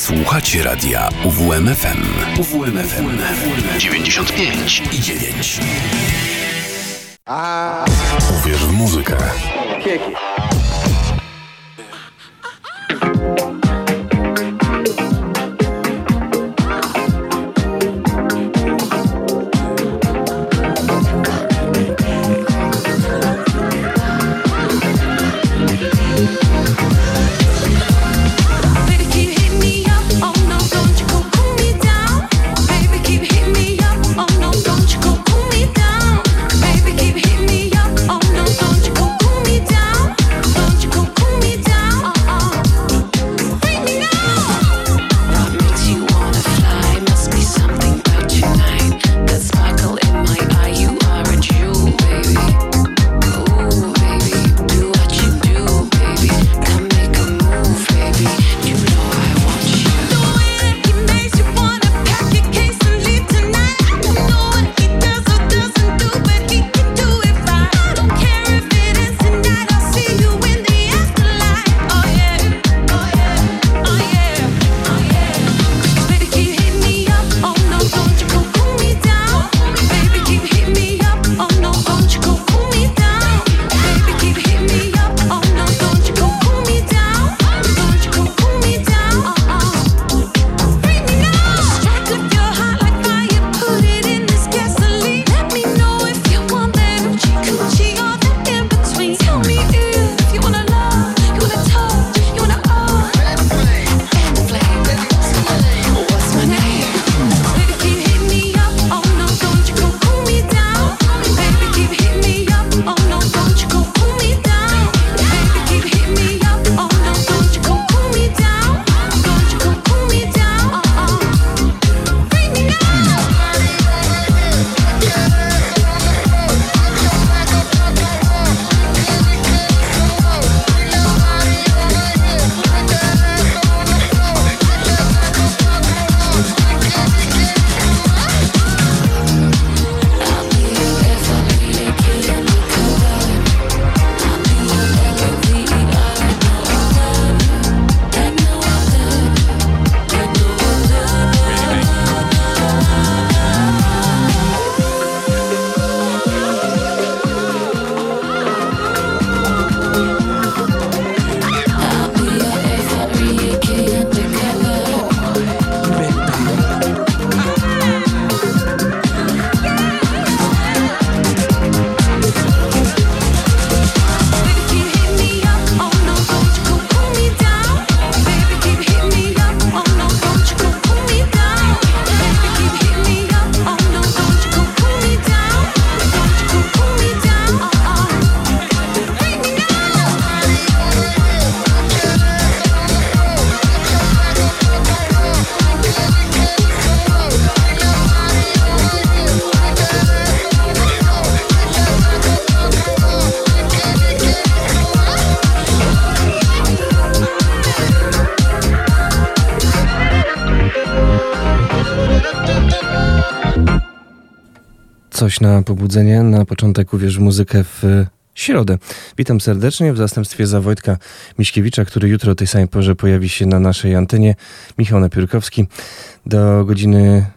Słuchacie radia UWMFM. UWMFM 95 i 9. Uwierz w muzykę. Coś na pobudzenie, na początek uwierz w muzykę w środę. Witam serdecznie w zastępstwie za Wojtka Miśkiewicza, który jutro o tej samej porze pojawi się na naszej antenie. Michał Napiórkowski. Do godziny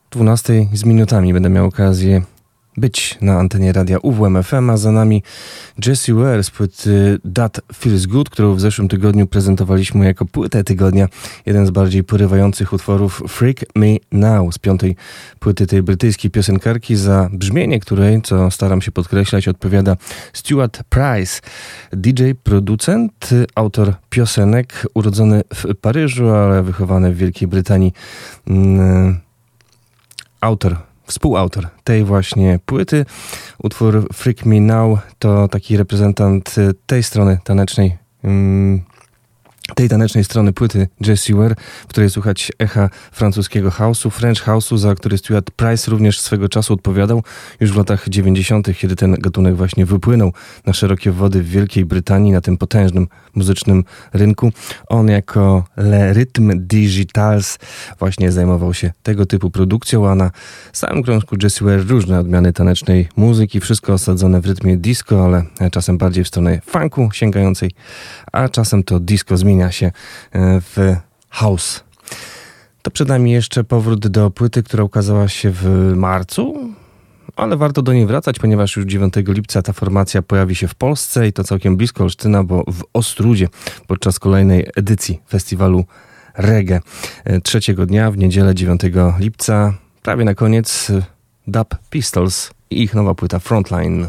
12 z minutami będę miał okazję być na antenie radia UWMFM, a za nami Jessie Ware z płyty That Feels Good, którą w zeszłym tygodniu prezentowaliśmy jako płytę tygodnia. Jeden z bardziej porywających utworów Freak Me Now z 5. płyty tej brytyjskiej piosenkarki, za brzmienie której, co staram się podkreślać, odpowiada Stuart Price, DJ, producent, autor piosenek, urodzony w Paryżu, ale wychowany w Wielkiej Brytanii, współautor tej właśnie płyty. Utwór Freak Me Now to taki reprezentant tej strony tanecznej, tej tanecznej strony płyty Jessie Ware, w której słuchać echa francuskiego house'u, French house'u, za który Stuart Price również swego czasu odpowiadał już w latach 90., kiedy ten gatunek właśnie wypłynął na szerokie wody w Wielkiej Brytanii, na tym potężnym muzycznym rynku. On jako Le Rythme Digitals właśnie zajmował się tego typu produkcją, a na samym krążku Jessie Ware różne odmiany tanecznej muzyki, wszystko osadzone w rytmie disco, ale czasem bardziej w stronę funku sięgającej, a czasem to disco zmienia się w house. To przed nami jeszcze powrót do płyty, która ukazała się w marcu, ale warto do niej wracać, ponieważ już 9 lipca ta formacja pojawi się w Polsce i to całkiem blisko Olsztyna, bo w Ostródzie podczas kolejnej edycji festiwalu reggae. Trzeciego dnia, w niedzielę 9 lipca, prawie na koniec, Dub Pistols i ich nowa płyta Frontline.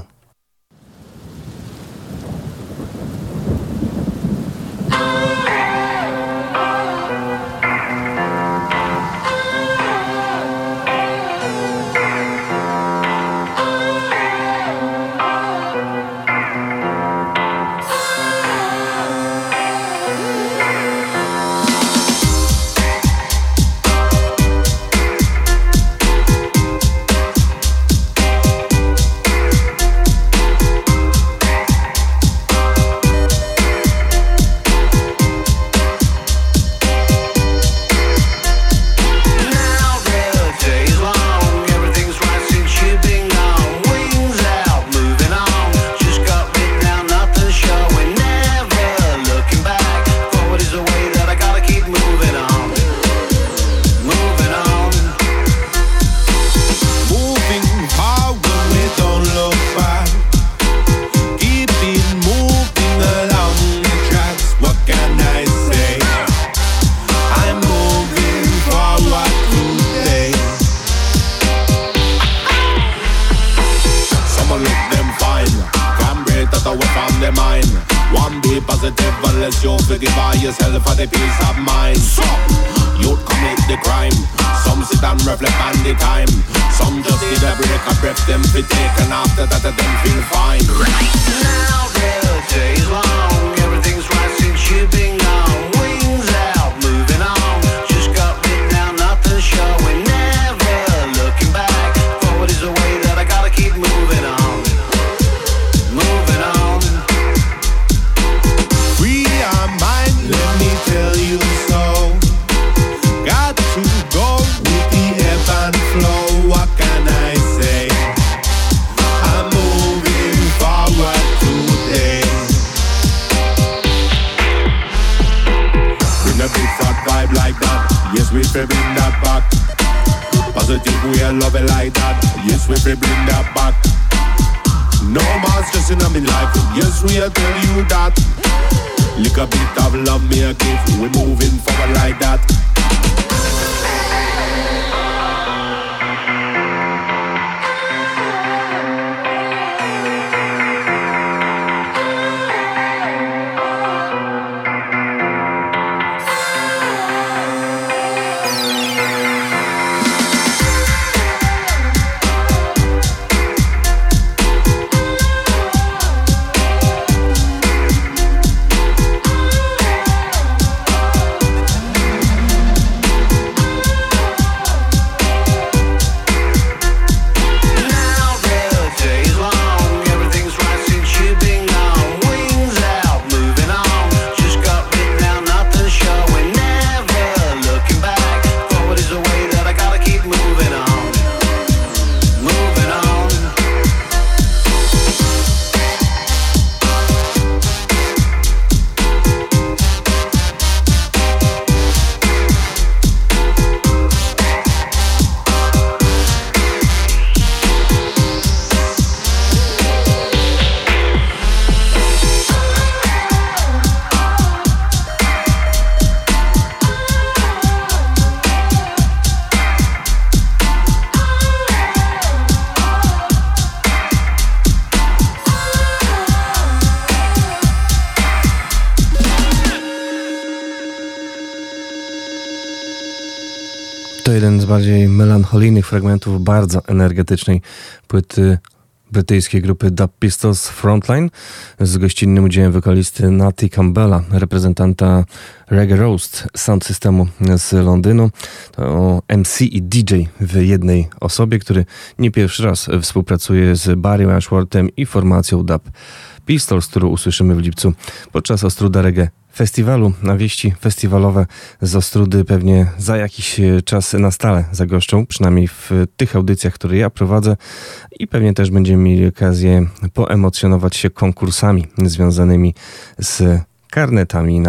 To jeden z bardziej melancholijnych fragmentów bardzo energetycznej płyty brytyjskiej grupy Dub Pistols Frontline z gościnnym udziałem wokalisty Natty Campbella, reprezentanta Reggae Roast sound systemu z Londynu. To MC i DJ w jednej osobie, który nie pierwszy raz współpracuje z Barry Ashworthem i formacją Dub Pistols, którą usłyszymy w lipcu podczas Ostruda Reggae Festiwalu. Na wieści festiwalowe z Ostrudy pewnie za jakiś czas na stale zagoszczą, przynajmniej w tych audycjach, które ja prowadzę, i pewnie też będziemy mieli okazję poemocjonować się konkursami związanymi z karnetami na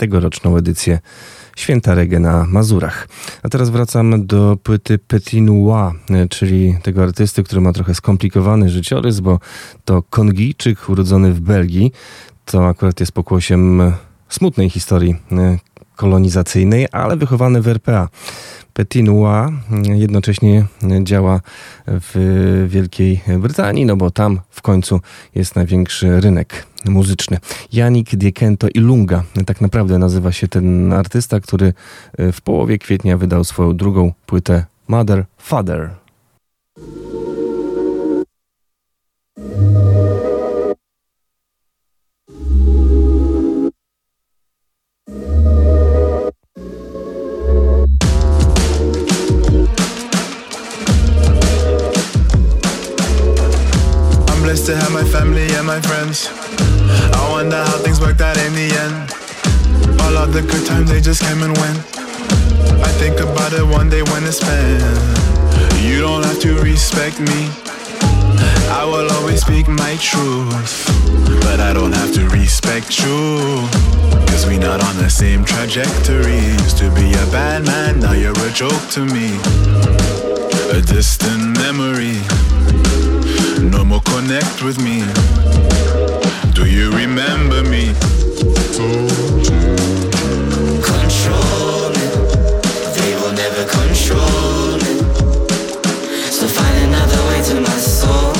tegoroczną edycję Święta Reggae na Mazurach. A teraz wracam do płyty Petit Noir, czyli tego artysty, który ma trochę skomplikowany życiorys, bo to Kongijczyk urodzony w Belgii. To akurat jest pokłosiem smutnej historii kolonizacyjnej, ale wychowany w RPA. Petit Noir jednocześnie działa w Wielkiej Brytanii, no bo tam w końcu jest największy rynek muzyczny. Yannick Diekento Ilunga, tak naprawdę nazywa się ten artysta, który w połowie kwietnia wydał swoją drugą płytę Mother, Father. To have my family and my friends. I wonder how things worked out in the end. All of the good times, they just came and went. I think about it one day when it's spent. You don't have to respect me, I will always speak my truth. But I don't have to respect you, cause we not on the same trajectory. Used to be a bad man, now you're a joke to me. A distant memory. No more connect with me. Do you remember me? Control me. They will never control me. So find another way to my soul.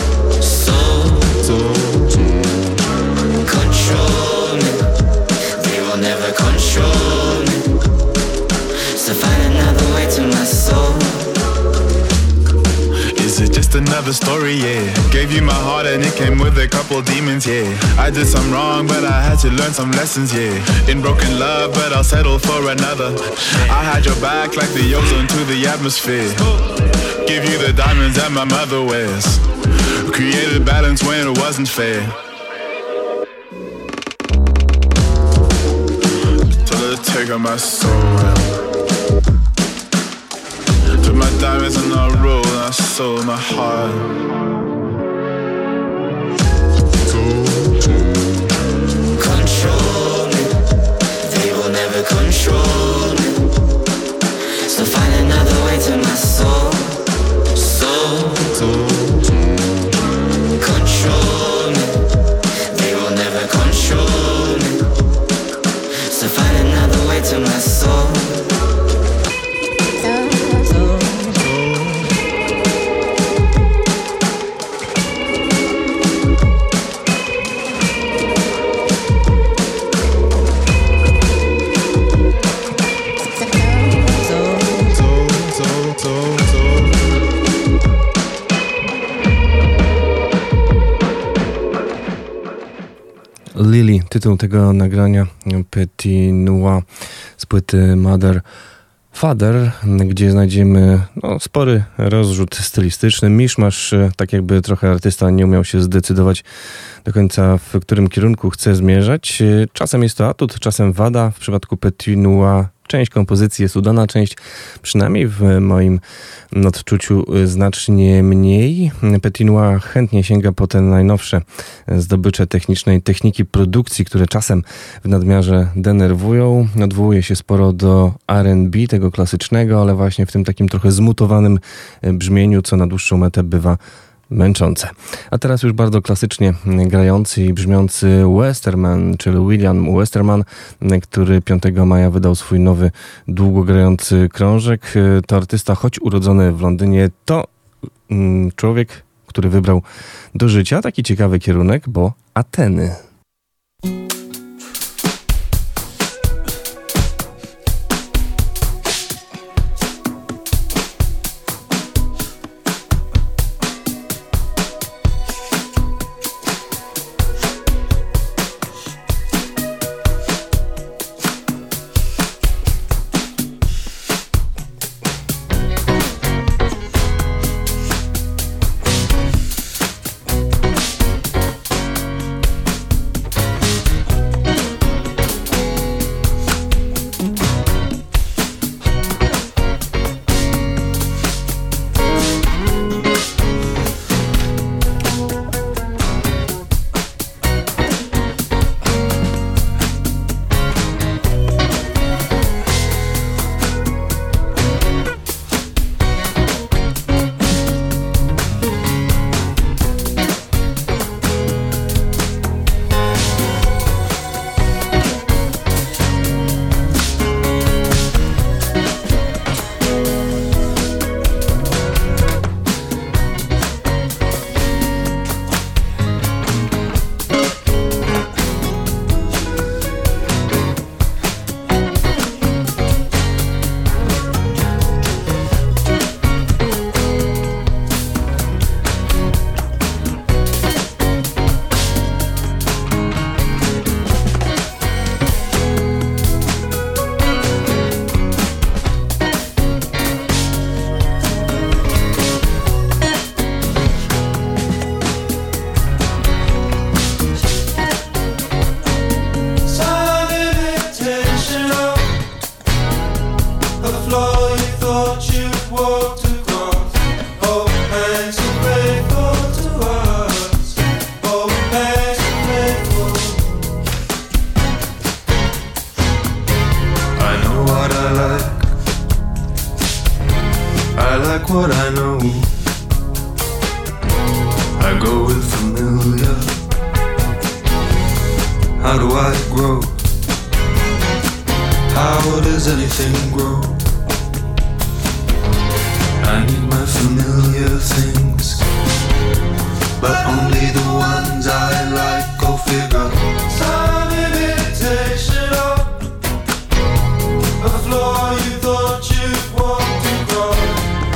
Control me. They will never control me. So find another way to my soul. Is it just another story, yeah? Gave you my heart and it came with a couple demons, yeah. I did some wrong, but I had to learn some lessons, yeah. In broken love, but I'll settle for another. I had your back like the ozone to the atmosphere. Give you the diamonds that my mother wears. Created balance when it wasn't fair. Till the take of my soul. Took my diamonds and I rolled and I sold my heart. Control me. They will never control me. So find another way to my soul. Control me. They will never control me. So find another way to my soul. Lily, tytuł tego nagrania Petit Noir z płyty Mother, Father, gdzie znajdziemy spory rozrzut stylistyczny, miszmasz, tak jakby trochę artysta nie umiał się zdecydować do końca, w którym kierunku chce zmierzać. Czasem jest to atut, czasem wada. W przypadku Petit Noir część kompozycji jest udana, część przynajmniej w moim odczuciu znacznie mniej. Petit Noir chętnie sięga po te najnowsze zdobycze techniczne i techniki produkcji, które czasem w nadmiarze denerwują. Odwołuje się sporo do R&B, tego klasycznego, ale właśnie w tym takim trochę zmutowanym brzmieniu, co na dłuższą metę bywa męczące. A teraz już bardzo klasycznie grający i brzmiący Westerman, czyli William Westerman, który 5 maja wydał swój nowy, długogrający krążek. To artysta, choć urodzony w Londynie, to człowiek, który wybrał do życia taki ciekawy kierunek, bo Ateny. What I know, I go with familiar. How do I grow? How does anything grow? I need my familiar things, but only the ones I like. Go figure. Some imitation of a floor you thought you'd walked across.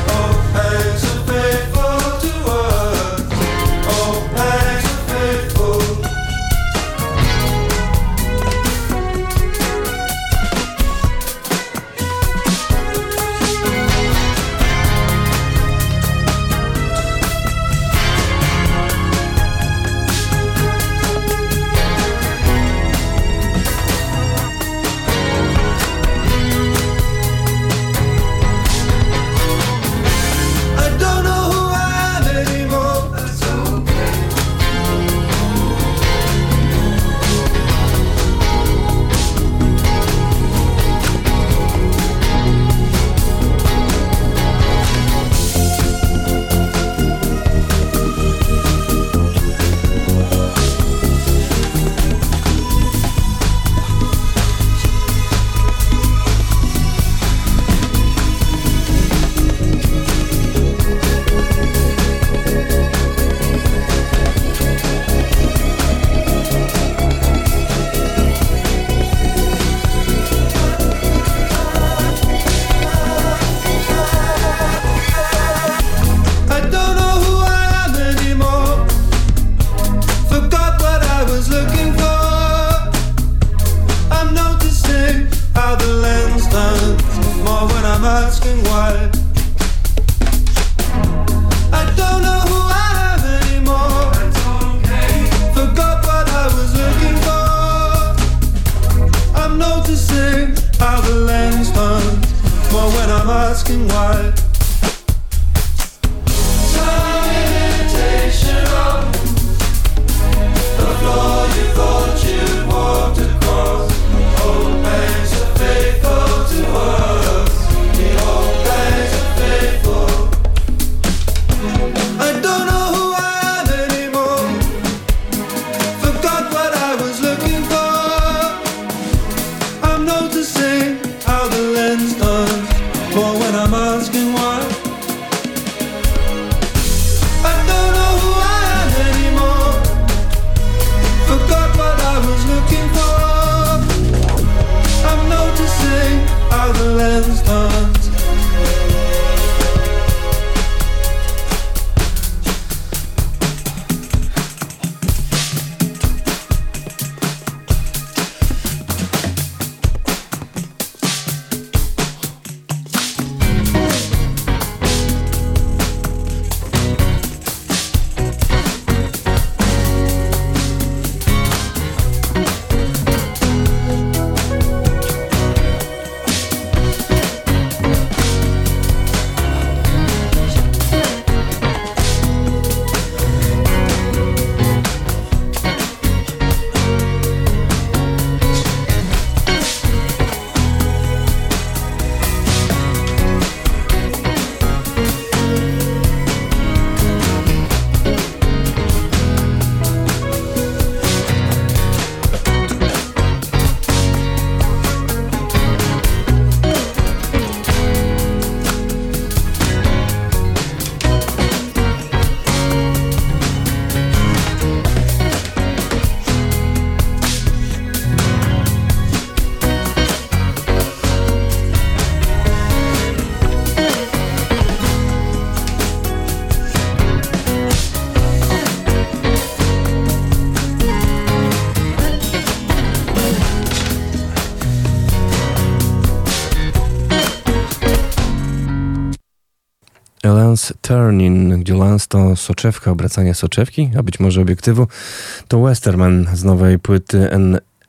Lance Turning, gdzie Lance to soczewka, obracanie soczewki, a być może obiektywu. To Westerman z nowej płyty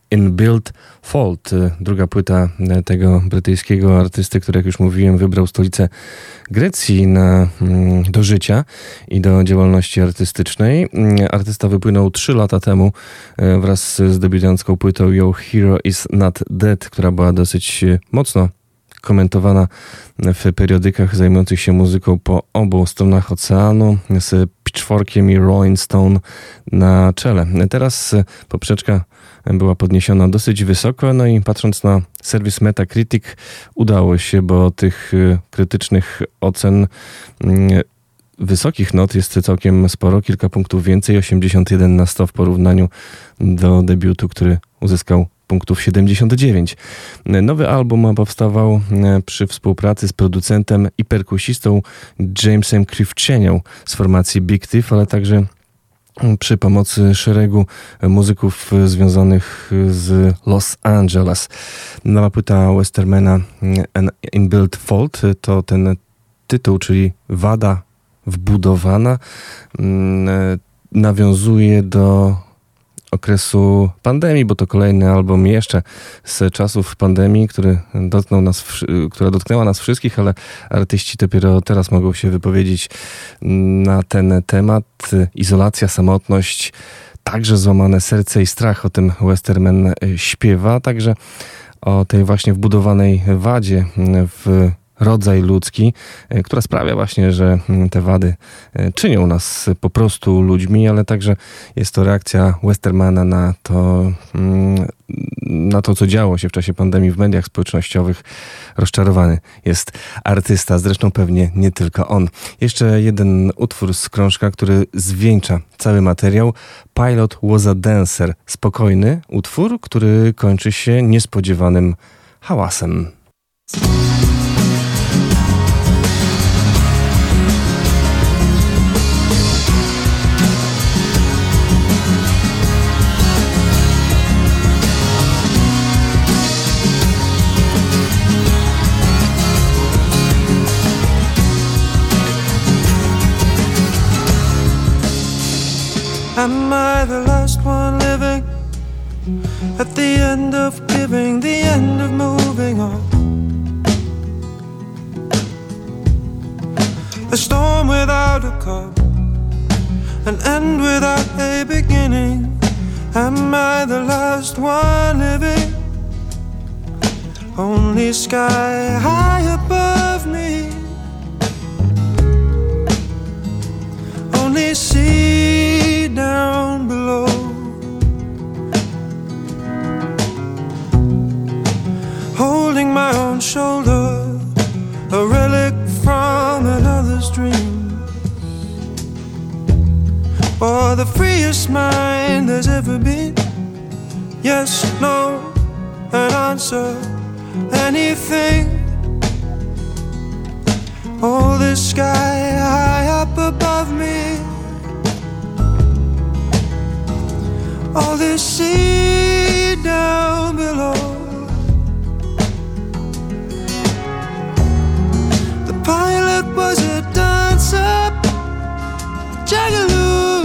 Inbuilt Fault, druga płyta tego brytyjskiego artysty, który, jak już mówiłem, wybrał stolicę Grecji do życia i do działalności artystycznej. Artysta wypłynął 3 lata temu wraz z debiutancką płytą Your Hero Is Not Dead, która była dosyć mocno komentowana w periodykach zajmujących się muzyką po obu stronach oceanu, z Pitchforkiem i Rolling Stone na czele. Teraz poprzeczka była podniesiona dosyć wysoko, no i patrząc na serwis Metacritic udało się, bo tych krytycznych ocen wysokich not jest całkiem sporo, kilka punktów więcej, 81 na 100 w porównaniu do debiutu, który uzyskał punktów 79. Nowy album powstawał przy współpracy z producentem i perkusistą Jamesem Krivchenią z formacji Big Thief, ale także przy pomocy szeregu muzyków związanych z Los Angeles. Nowa płyta Westermana Inbuilt Fault to ten tytuł, czyli wada wbudowana, nawiązuje do okresu pandemii, bo to kolejny album jeszcze z czasów pandemii, która dotknęła nas wszystkich, ale artyści dopiero teraz mogą się wypowiedzieć na ten temat. Izolacja, samotność, także złamane serce i strach, o tym Westerman śpiewa, także o tej właśnie wbudowanej wadzie w rodzaj ludzki, która sprawia właśnie, że te wady czynią nas po prostu ludźmi, ale także jest to reakcja Westermana na to, co działo się w czasie pandemii w mediach społecznościowych. Rozczarowany jest artysta, zresztą pewnie nie tylko on. Jeszcze jeden utwór z krążka, który zwieńcza cały materiał. Pilot Was a Dancer. Spokojny utwór, który kończy się niespodziewanym hałasem. Am I the last one living? At the end of giving, the end of moving on. A storm without a calm, an end without a beginning. Am I the last one living? Only sky high above me, only sea down below. Holding my own shoulder, a relic from another's dream, or the freest mind there's ever been. Yes, no, an answer, anything. All the sky high up above me, all the sea down below. The pilot was a dancer, a juggalo.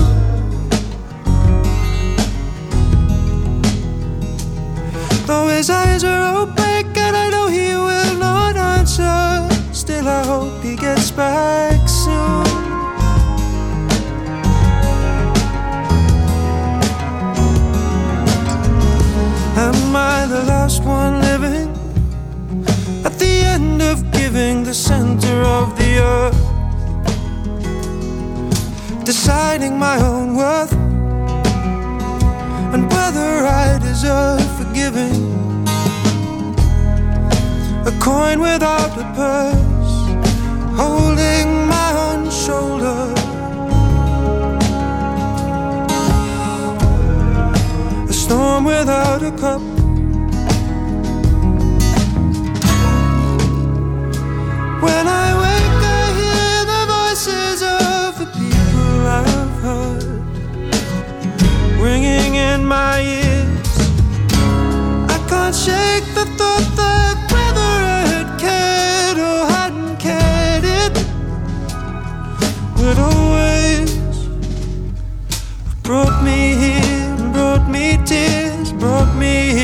Though his eyes are opaque and I know he will not answer, still I hope he gets back soon. Am I the last one living? At the end of giving, the center of the earth, deciding my own worth and whether I deserve forgiving. A coin without a purse, holding my own shoulder. A storm without a cup. When I wake I hear the voices of the people I've heard ringing in my ears. I can't shake the thought that whether I had cared or hadn't cared, it would always have brought me here, brought me tears, brought me here.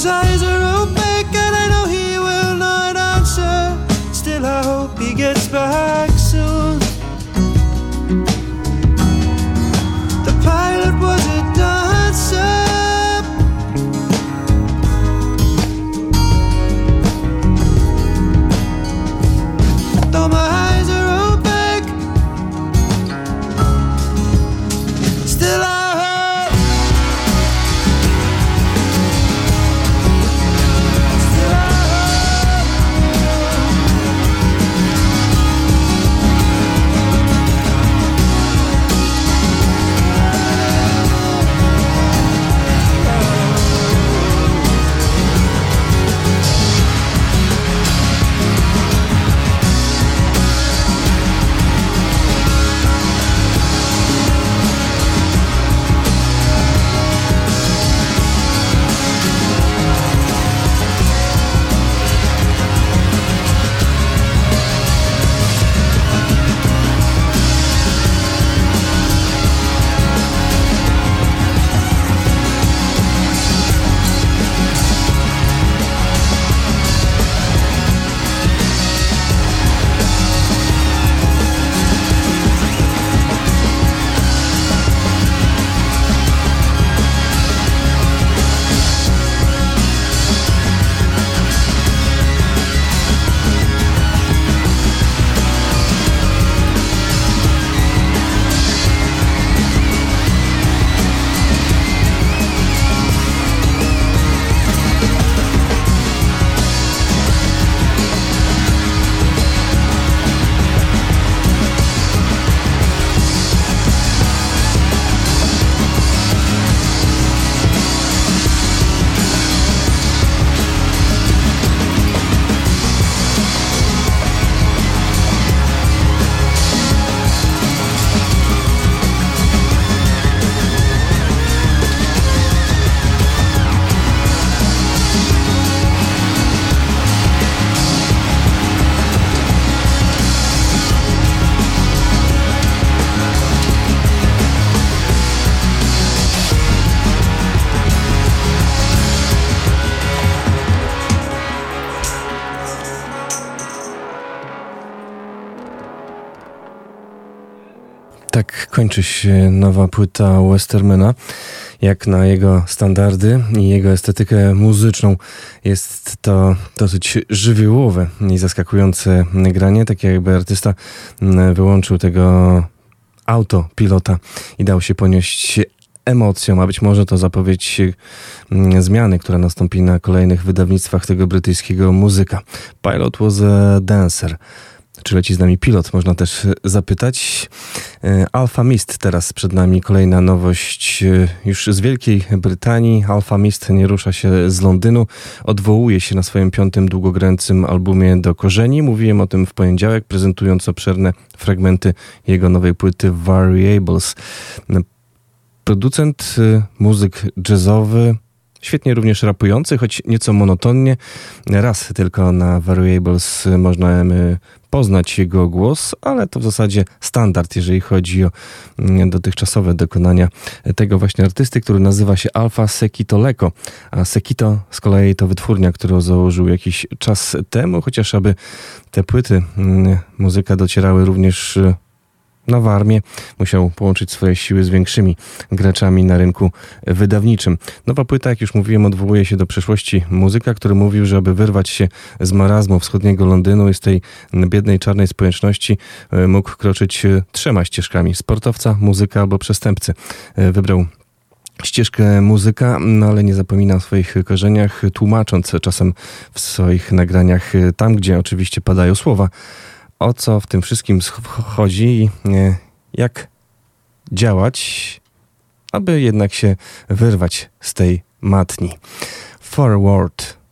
His eyes are opaque and I know he will not answer. Still I hope he gets back soon. The pilot was a dancer. Though my eyes are opaque, still I hope. Still I Tak kończy się nowa płyta Westermana. Jak na jego standardy i jego estetykę muzyczną jest to dosyć żywiołowe i zaskakujące granie, tak jakby artysta wyłączył tego autopilota i dał się ponieść emocjom, a być może to zapowiedź zmiany, która nastąpi na kolejnych wydawnictwach tego brytyjskiego muzyka. Pilot was a dancer. Czy leci z nami pilot? Można też zapytać. Alfa Mist teraz przed nami, kolejna nowość już z Wielkiej Brytanii. Alfa Mist nie rusza się z Londynu, odwołuje się na swoim 5. długogrającym albumie do korzeni. Mówiłem o tym w poniedziałek, prezentując obszerne fragmenty jego nowej płyty Variables. Producent, muzyk jazzowy, świetnie również rapujący, choć nieco monotonnie. Raz tylko na Variables można poznać jego głos, ale to w zasadzie standard, jeżeli chodzi o dotychczasowe dokonania tego właśnie artysty, który nazywa się Alpha Sekito Leko. A Sekito z kolei to wytwórnia, którą założył jakiś czas temu, chociaż aby te płyty muzyka docierały również na Warmię, musiał połączyć swoje siły z większymi graczami na rynku wydawniczym. Nowa płyta, jak już mówiłem, odwołuje się do przeszłości muzyka, który mówił, że aby wyrwać się z marazmu wschodniego Londynu i z tej biednej, czarnej społeczności mógł kroczyć 3 ścieżkami: sportowca, muzyka albo przestępcy. Wybrał ścieżkę muzyka, no ale nie zapomina o swoich korzeniach, tłumacząc czasem w swoich nagraniach tam, gdzie oczywiście padają słowa, o co w tym wszystkim chodzi i jak działać, aby jednak się wyrwać z tej matni. Forward.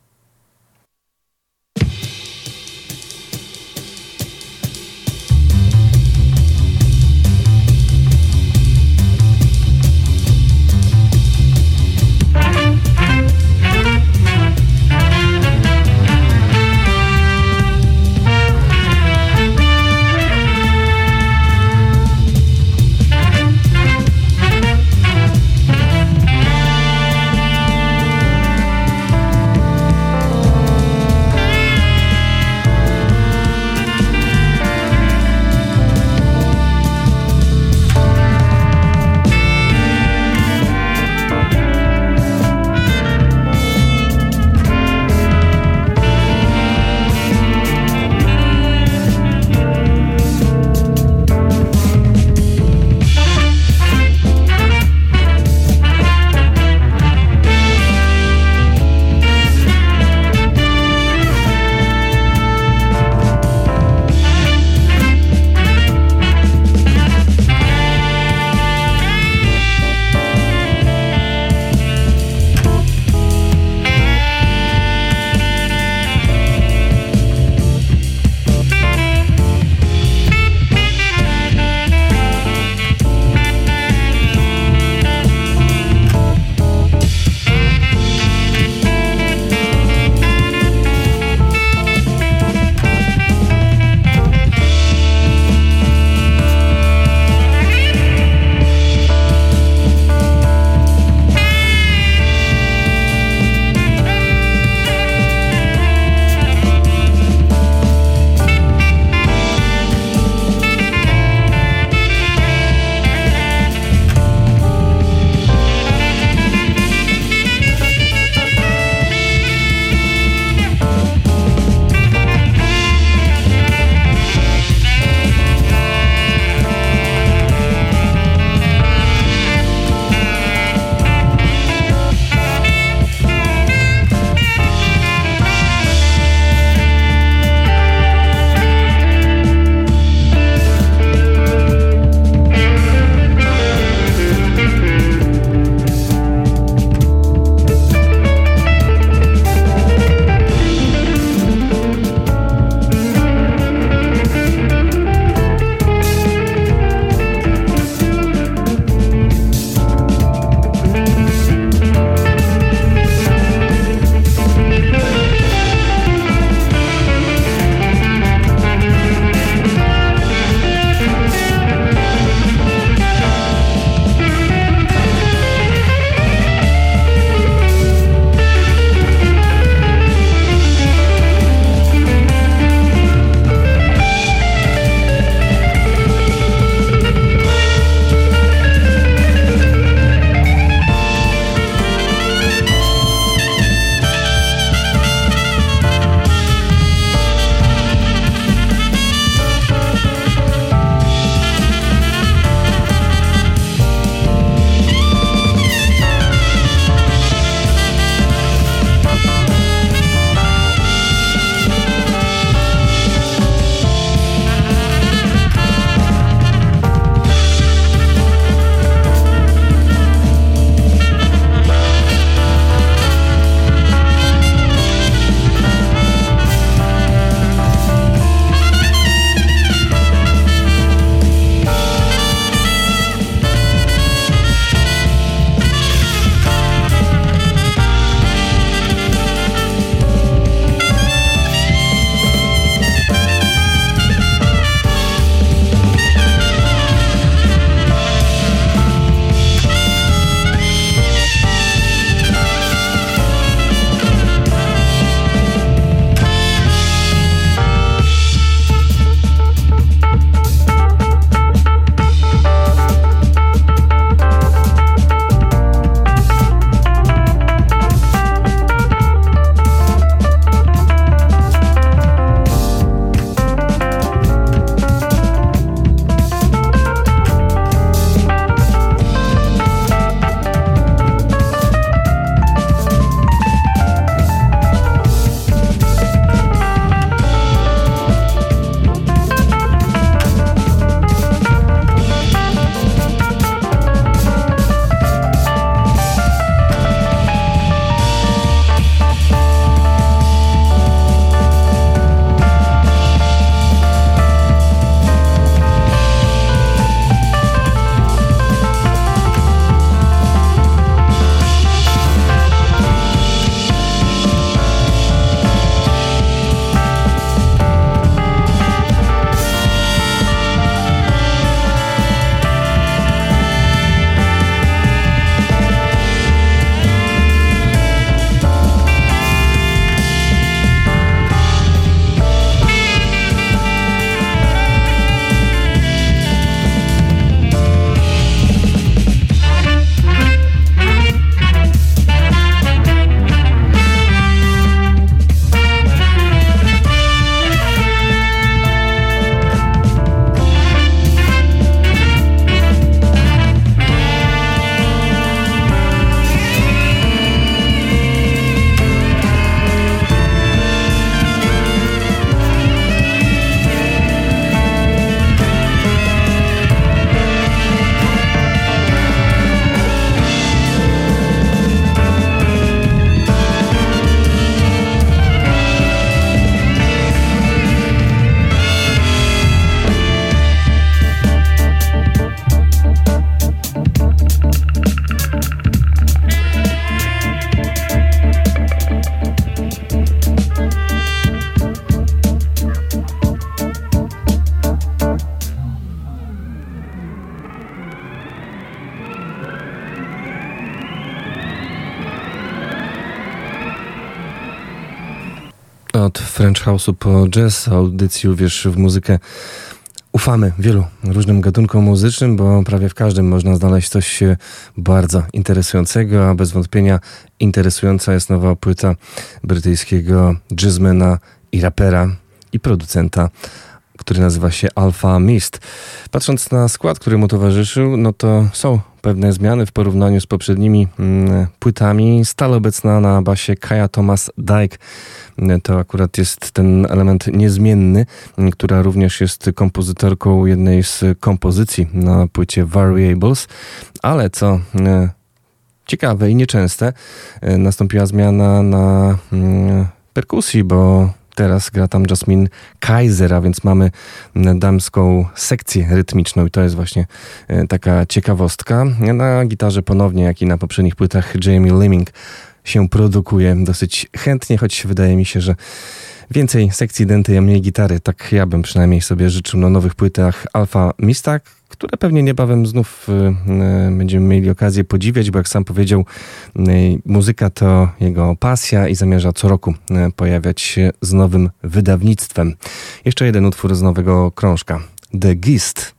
Od French House'u po jazz, audycji Uwierz w muzykę. Ufamy wielu różnym gatunkom muzycznym, bo prawie w każdym można znaleźć coś bardzo interesującego, a bez wątpienia interesująca jest nowa płyta brytyjskiego jazzmana i rapera i producenta, który nazywa się Alfa Mist. Patrząc na skład, który mu towarzyszył, no to są pewne zmiany w porównaniu z poprzednimi płytami. Stale obecna na basie Kaya Thomas Dyke. To akurat jest ten element niezmienny, która również jest kompozytorką jednej z kompozycji na płycie Variables. Ale co ciekawe i nieczęste, nastąpiła zmiana na perkusji, bo teraz gra tam Jasmine Kaiser, a więc mamy damską sekcję rytmiczną i to jest właśnie taka ciekawostka. Na gitarze ponownie, jak i na poprzednich płytach, Jamie Liming się produkuje dosyć chętnie, choć wydaje mi się, że więcej sekcji denty, a mniej gitary. Tak ja bym przynajmniej sobie życzył na nowych płytach Alfa Mista, które pewnie niebawem znów będziemy mieli okazję podziwiać, bo jak sam powiedział, muzyka to jego pasja i zamierza co roku pojawiać się z nowym wydawnictwem. Jeszcze jeden utwór z nowego krążka. The Gist.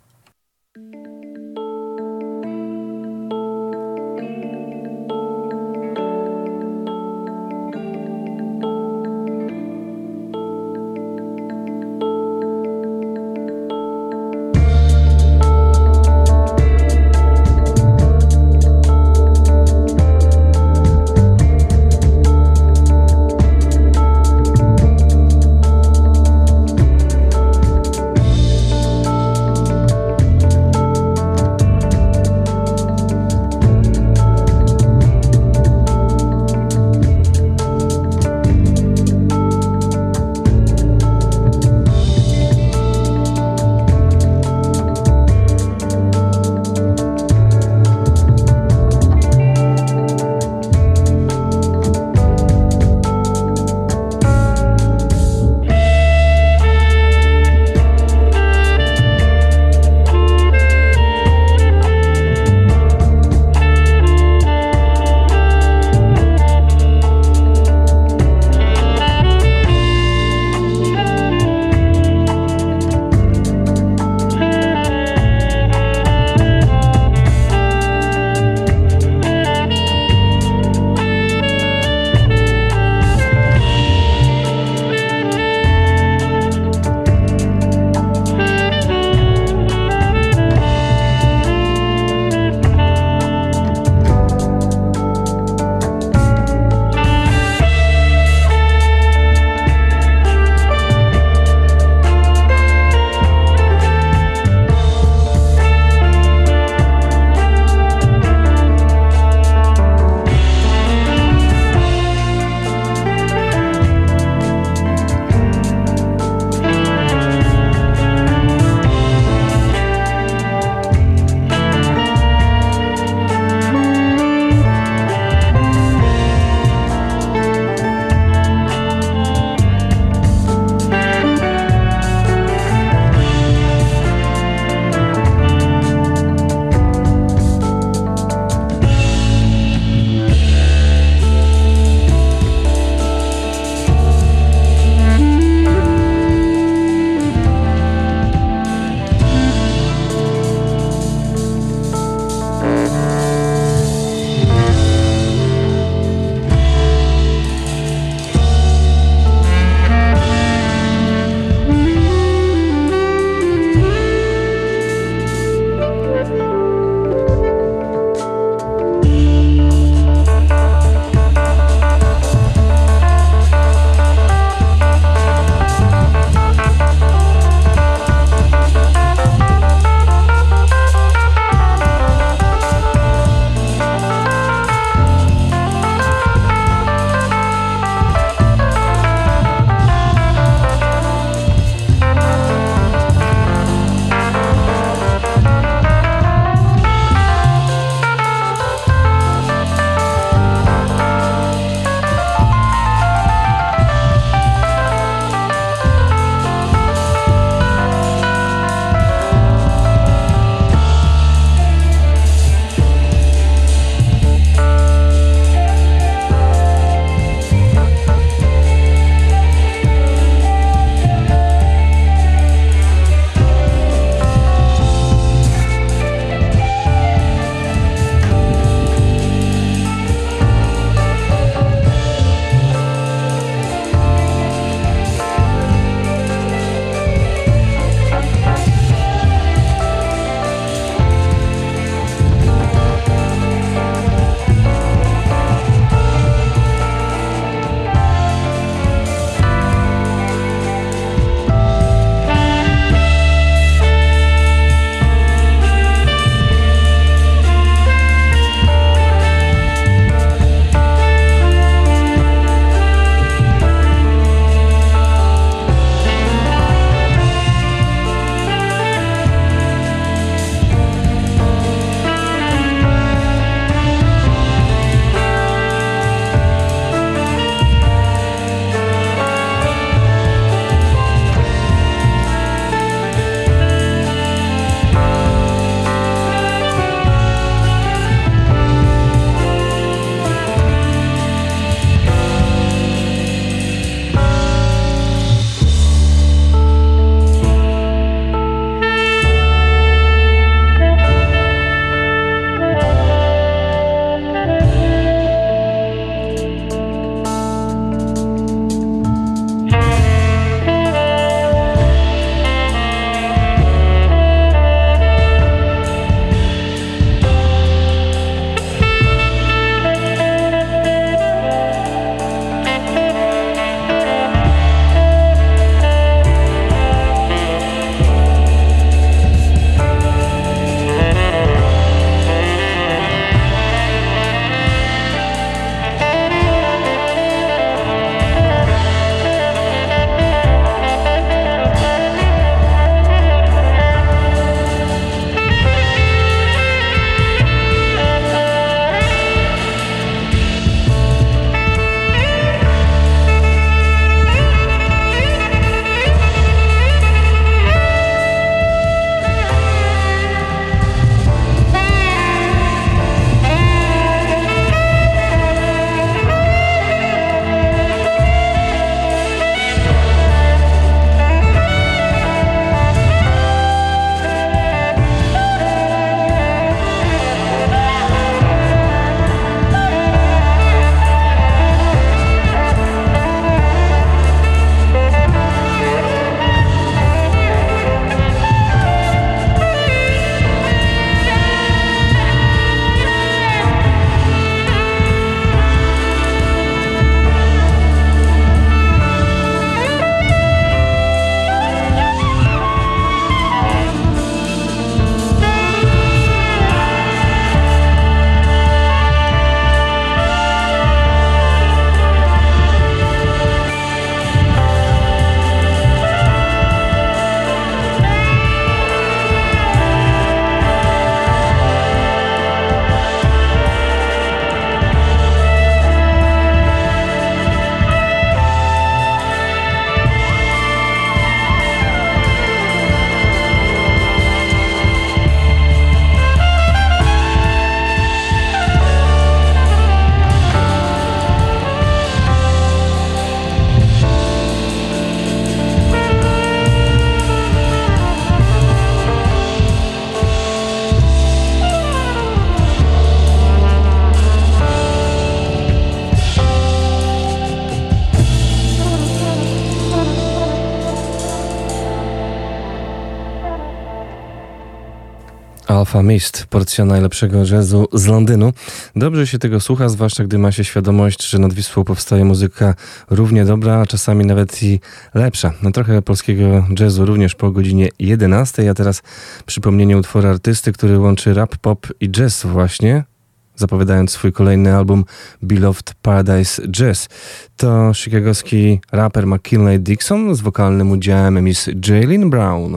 Alfa Mist, porcja najlepszego jazzu z Londynu. Dobrze się tego słucha, zwłaszcza gdy ma się świadomość, że nad Wisłą powstaje muzyka równie dobra, a czasami nawet i lepsza. No, trochę polskiego jazzu również po godzinie 11, a teraz przypomnienie utworu artysty, który łączy rap, pop i jazz właśnie, zapowiadając swój kolejny album Beloved Paradise Jazz. To chicagowski raper McKinley Dixon z wokalnym udziałem Miss Jaylin Brown.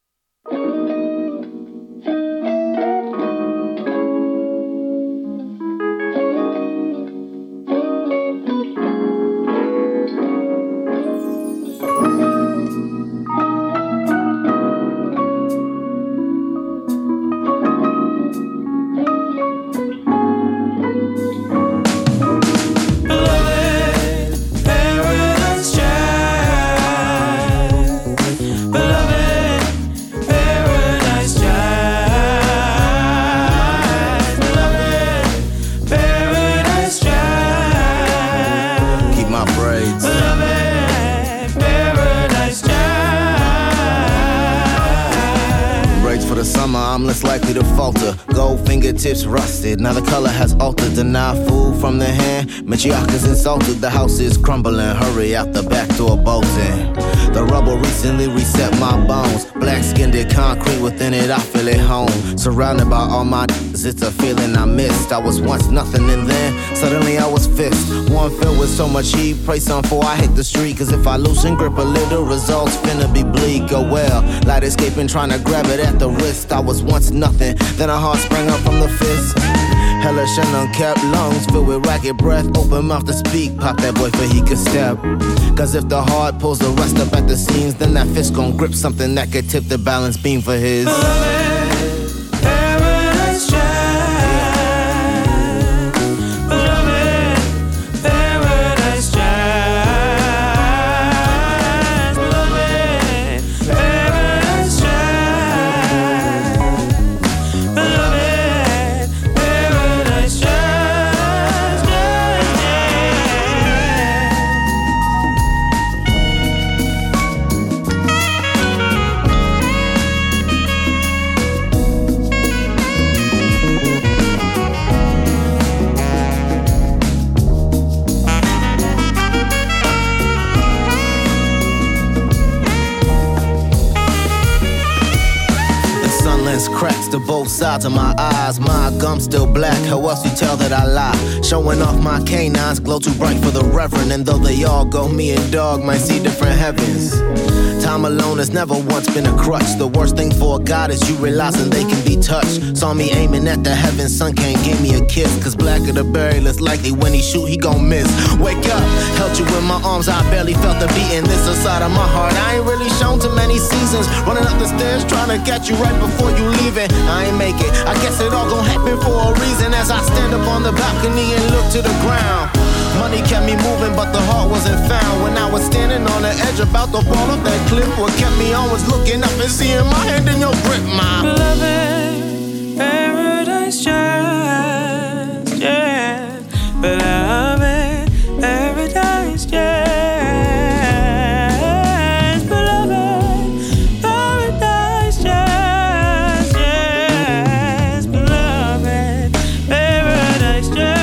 Tips rusted, now the color has altered. Deny food from the hand, matriarchs insulted. The house is crumbling, hurry out the back door bolting. The rubble recently reset my bones. Black-skinned concrete within it, I feel at home. Surrounded by all my it's a feeling I missed. I was once nothing and then suddenly I was fixed. One filled with so much heat, pray some for I hit the street. Cause if I loosen grip a little, results finna be bleak. Oh well, light escaping, trying to grab it at the wrist. I was once nothing, then a heart sprang up from the fist. Hellish and unkept lungs filled with ragged breath. Open mouth to speak, pop that boy for he could step. Cause if the heart pulls the rest up at the seams, then that fist gon' grip something that could tip the balance beam for his. Cracks to both sides of my eyes. My gum's still black, how else you tell that I lie? Showing off my canines, glow too bright for the reverend. And though they all go, me and dog might see different heavens. Time alone has never once been a crutch. The worst thing for a god is you realizing they can be touched. Saw me aiming at the heavens, sun can't give me a kiss. Cause blacker the berry, less likely when he shoot, he gon' miss. Wake up, held you in my arms, I barely felt the beating. This inside of my heart, I ain't really shown too many seasons. Running up the stairs, trying to catch you right before you leaving. I ain't make it, I guess it all gon' happen for a reason. As I stand up on the balcony and look to the ground. Money kept me moving, but the heart wasn't found. When I was standing on the edge about to fall off that cliff, what kept me on was looking up and seeing my hand in your grip, my beloved paradise jazz, yeah. Beloved paradise jazz, beloved paradise jazz, yes. Beloved paradise jazz.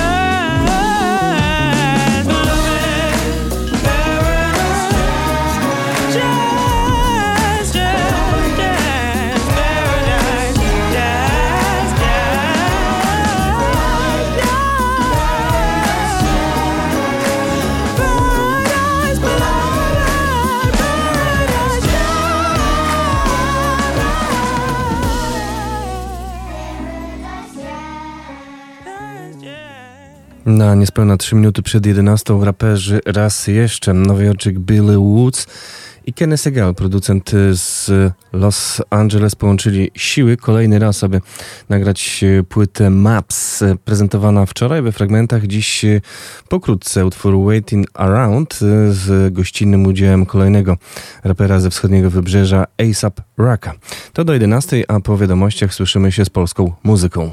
Na niespełna 3 minuty przed 11 raperzy raz jeszcze. Nowojorczyk Billy Woods i Kenny Segal, producent z Los Angeles, połączyli siły kolejny raz, aby nagrać płytę Maps, prezentowana wczoraj we fragmentach, dziś pokrótce utwór Waiting Around z gościnnym udziałem kolejnego rapera ze wschodniego wybrzeża A$AP Rocka. To do 11, a po wiadomościach słyszymy się z polską muzyką.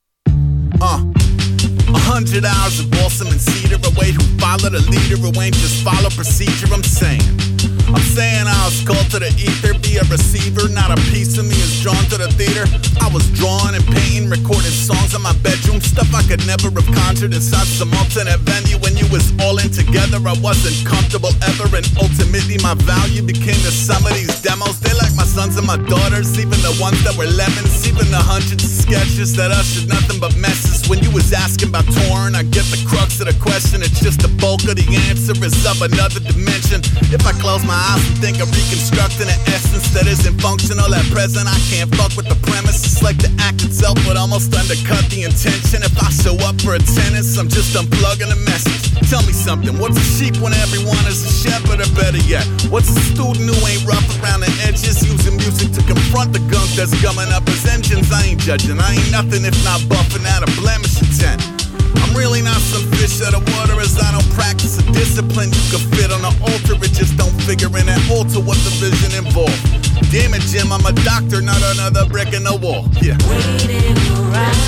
100 hours of balsam and cedar, a way to follow the leader who ain't just follow procedure. I'm saying I was called to the ether, be a receiver, not a piece of me is drawn to the theater. I was drawing and painting, recording songs in my bedroom, stuff I could never have conjured inside some alternate venue. When you was all in together, I wasn't comfortable ever, and ultimately my value became the sum of these demos. They like my sons and my daughters, even the ones that were lemons, even the hundreds of sketches that ushered nothing but messes. When you was asking about touring, I get the crux of the question. It's just the bulk of the answer is of another dimension. If I close my eyes and think of reconstructing an essence that isn't functional at present, I can't fuck with the premise. It's like the act itself would almost undercut the intention. If I show up for attendance, I'm just unplugging the message. Tell me something, what's a sheep when everyone is a shepherd? Or better yet, what's a student who ain't rough around the edges, using music to confront the gunk that's gumming up his engines? I ain't judging, I ain't nothing if not buffing out a blemish intent. I'm really not some fish out of water, as I don't practice a discipline you can fit on an altar. It just don't figure in that altar what the vision involved. Damn it, Jim, I'm a doctor, not another brick in the wall. Yeah. Waiting around.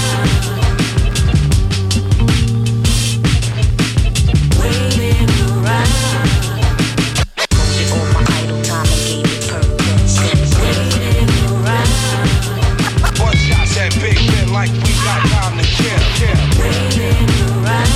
Waiting around. On my idle time and gave it purpose. Waiting around. One shots at Big Ben like we got time to kill. Waiting around.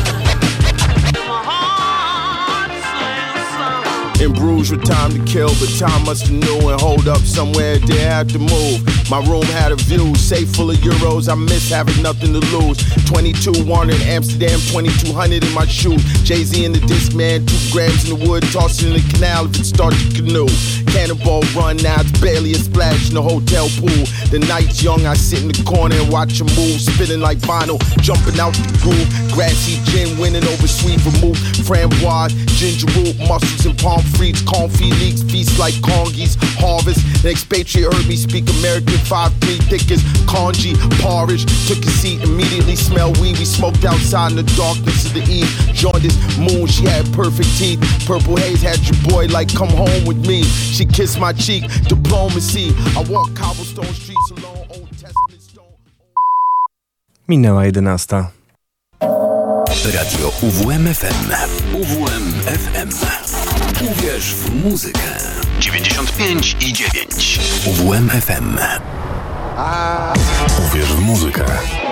In Bruges with time to kill, but time must have knew and hold up somewhere, didn't have to move. My room had a view, safe full of euros, I miss having nothing to lose. 22 wanted Amsterdam, 2200 in my shoe. Jay-Z in the disc, man, 2 grams in the wood, toss it in the canal if it starts to canoe. Cannonball run, now it's barely a splash in the hotel pool. The night's young, I sit in the corner and watch them move, spinning like vinyl, jumping out the groove. Grassy gin winning over sweet vermouth, framboise, ginger root, mussels and palm frites, confit leaks, feast like congies, harvest. The expatriate heard me speak American 5-3 thick as congee, porridge. Took a seat, immediately smelled weed. We smoked outside in the darkness of the eve. Joined this moon, she had perfect teeth. Purple haze had your boy like come home with me. She kissed my cheek, diplomacy. I walk cobblestone streets alone, Old Testament stone. Minęła 11. Radio UWMFM. UWMFM. Uwierz w muzykę. 95,9. UWMFM. Uwierz w muzykę.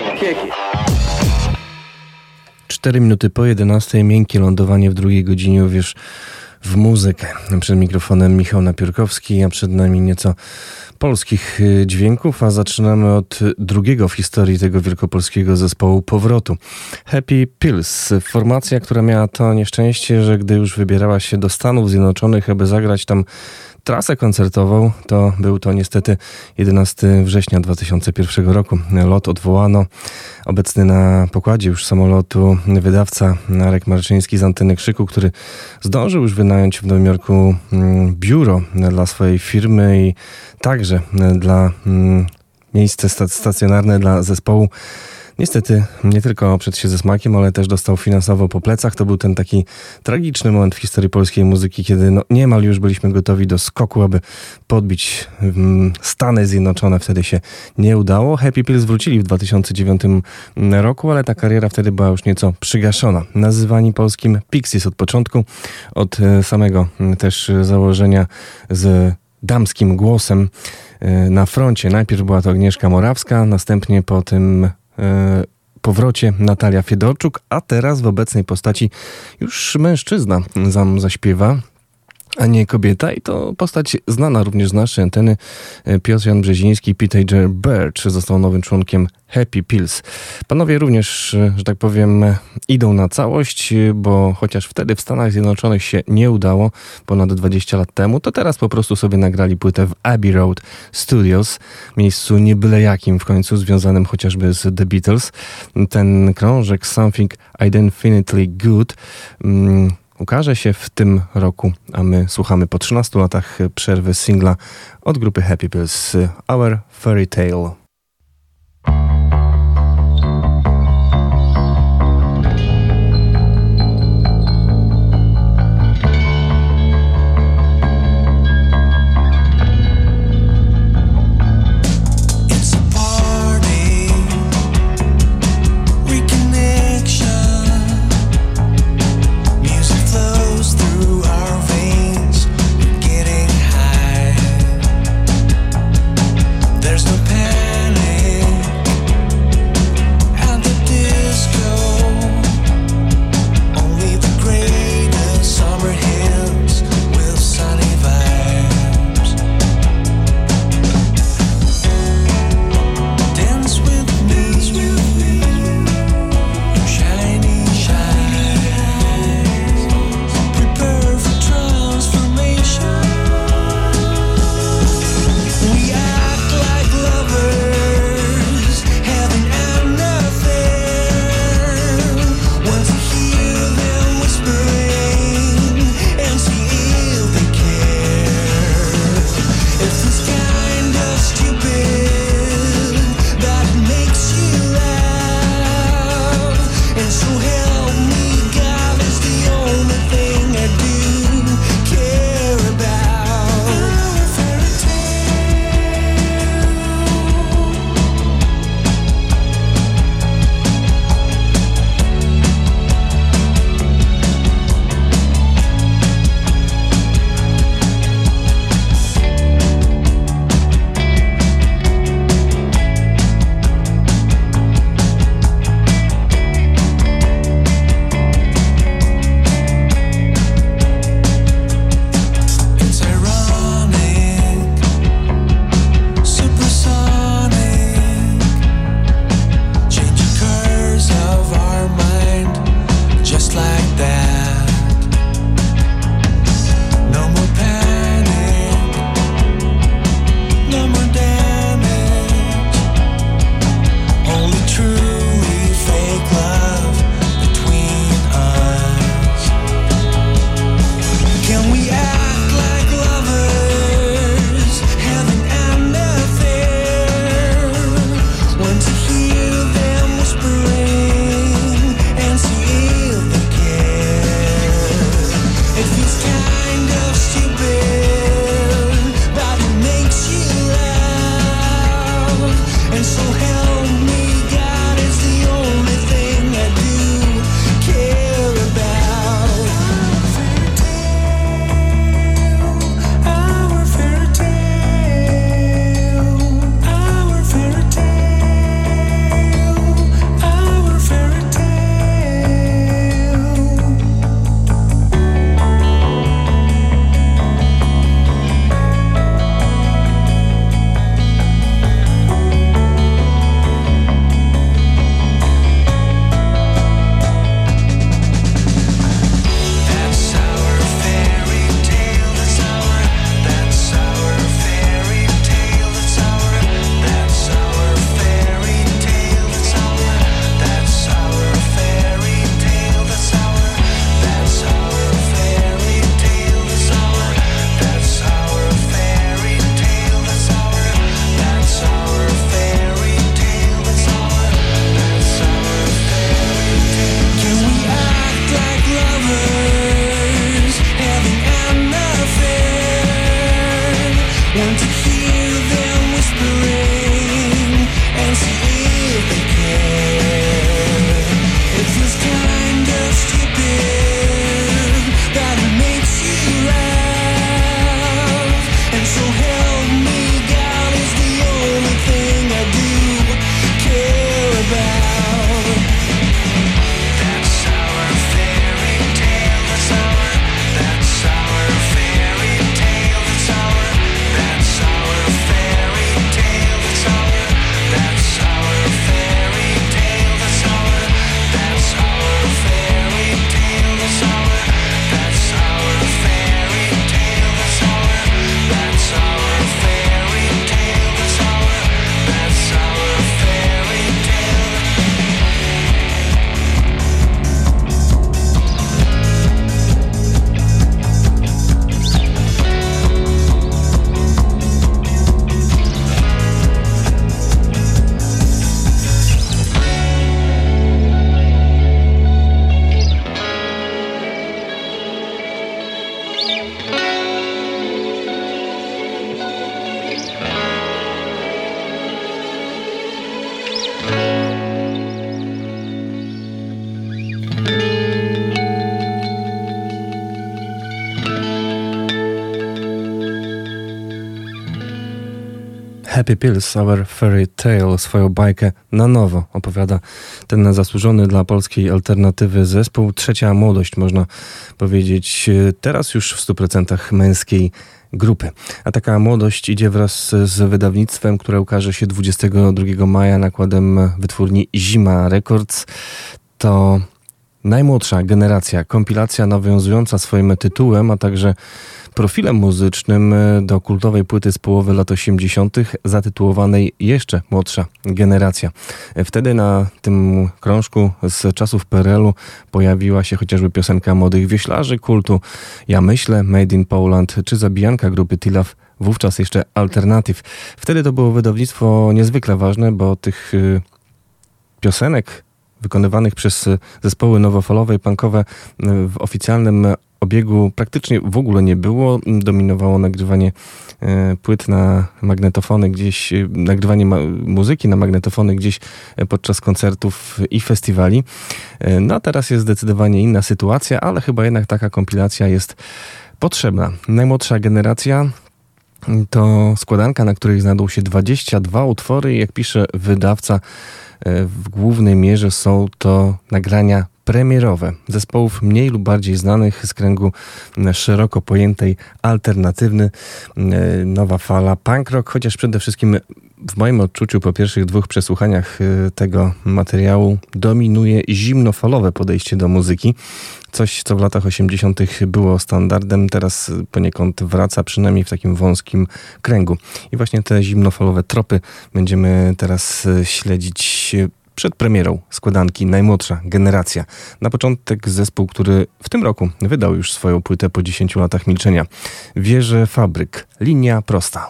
4 minuty po 11. Miękkie lądowanie w drugiej godzinie. Uwierz w muzykę. Przed mikrofonem Michał Napiórkowski, a przed nami nieco polskich dźwięków, a zaczynamy od drugiego w historii tego wielkopolskiego zespołu powrotu. Happy Pills, formacja, która miała to nieszczęście, że gdy już wybierała się do Stanów Zjednoczonych, aby zagrać tam trasę koncertową, to był to niestety 11 września 2001 roku. Lot odwołano. Obecny na pokładzie już samolotu wydawca Arek Marczyński z Anteny Krzyku, który zdążył już wynająć w Nowym Jorku biuro dla swojej firmy i także dla miejsce stacjonarne dla zespołu. Niestety nie tylko oprzedł się ze smakiem, ale też dostał finansowo po plecach. To był ten taki tragiczny moment w historii polskiej muzyki, kiedy niemal już byliśmy gotowi do skoku, aby podbić Stany Zjednoczone. Wtedy się nie udało. Happy Pills wrócili w 2009 roku, ale ta kariera wtedy była już nieco przygaszona. Nazywani polskim Pixies od początku, od samego też założenia z damskim głosem na froncie. Najpierw była to Agnieszka Morawska, następnie po tym powrocie Natalia Fiedorczuk, a teraz w obecnej postaci już mężczyzna zaśpiewa, a nie kobieta, i to postać znana również z naszej anteny. Piotr Jan Brzeziński, Peter Birch został nowym członkiem Happy Pills. Panowie również, że tak powiem, idą na całość, bo chociaż wtedy w Stanach Zjednoczonych się nie udało ponad 20 lat temu, to teraz po prostu sobie nagrali płytę w Abbey Road Studios, miejscu nie byle jakim w końcu, związanym chociażby z The Beatles. Ten krążek Something Infinitely Good ukaże się w tym roku, a my słuchamy po 13 latach przerwy singla od grupy Happy Pills, Our Fairy Tale. There's no pain. Happy Pills, Our Fairy Tale, swoją bajkę na nowo opowiada ten zasłużony dla polskiej alternatywy zespół. Trzecia młodość, można powiedzieć, teraz już w 100% męskiej grupy. A taka młodość idzie wraz z wydawnictwem, które ukaże się 22 maja nakładem wytwórni Zima Records. To najmłodsza generacja, kompilacja nawiązująca swoim tytułem, a także profilem muzycznym do kultowej płyty z połowy lat 80. zatytułowanej Jeszcze młodsza generacja. Wtedy na tym krążku z czasów PRL-u pojawiła się chociażby piosenka młodych wioślarzy kultu Ja myślę, Made in Poland czy zabijanka grupy Tilaf, wówczas jeszcze Alternative. Wtedy to było wydawnictwo niezwykle ważne, bo tych piosenek wykonywanych przez zespoły nowofalowe i punkowe w oficjalnym obiegu praktycznie w ogóle nie było. Dominowało nagrywanie płyt na magnetofony gdzieś, nagrywanie muzyki na magnetofony gdzieś podczas koncertów i festiwali. No a teraz jest zdecydowanie inna sytuacja, ale chyba jednak taka kompilacja jest potrzebna. Najmłodsza generacja to składanka, na której znajdą się 22 utwory i jak pisze wydawca, w głównej mierze są to nagrania premierowe zespołów mniej lub bardziej znanych z kręgu szeroko pojętej alternatywny, nowa fala punk rock, chociaż przede wszystkim w moim odczuciu po pierwszych 2 przesłuchaniach tego materiału dominuje zimnofalowe podejście do muzyki. Coś, co w latach 80. było standardem, teraz poniekąd wraca, przynajmniej w takim wąskim kręgu. I właśnie te zimnofalowe tropy będziemy teraz śledzić przed premierą składanki Najmłodsza generacja. Na początek zespół, który w tym roku wydał już swoją płytę po 10 latach milczenia. Wieże Fabryk. Linia prosta.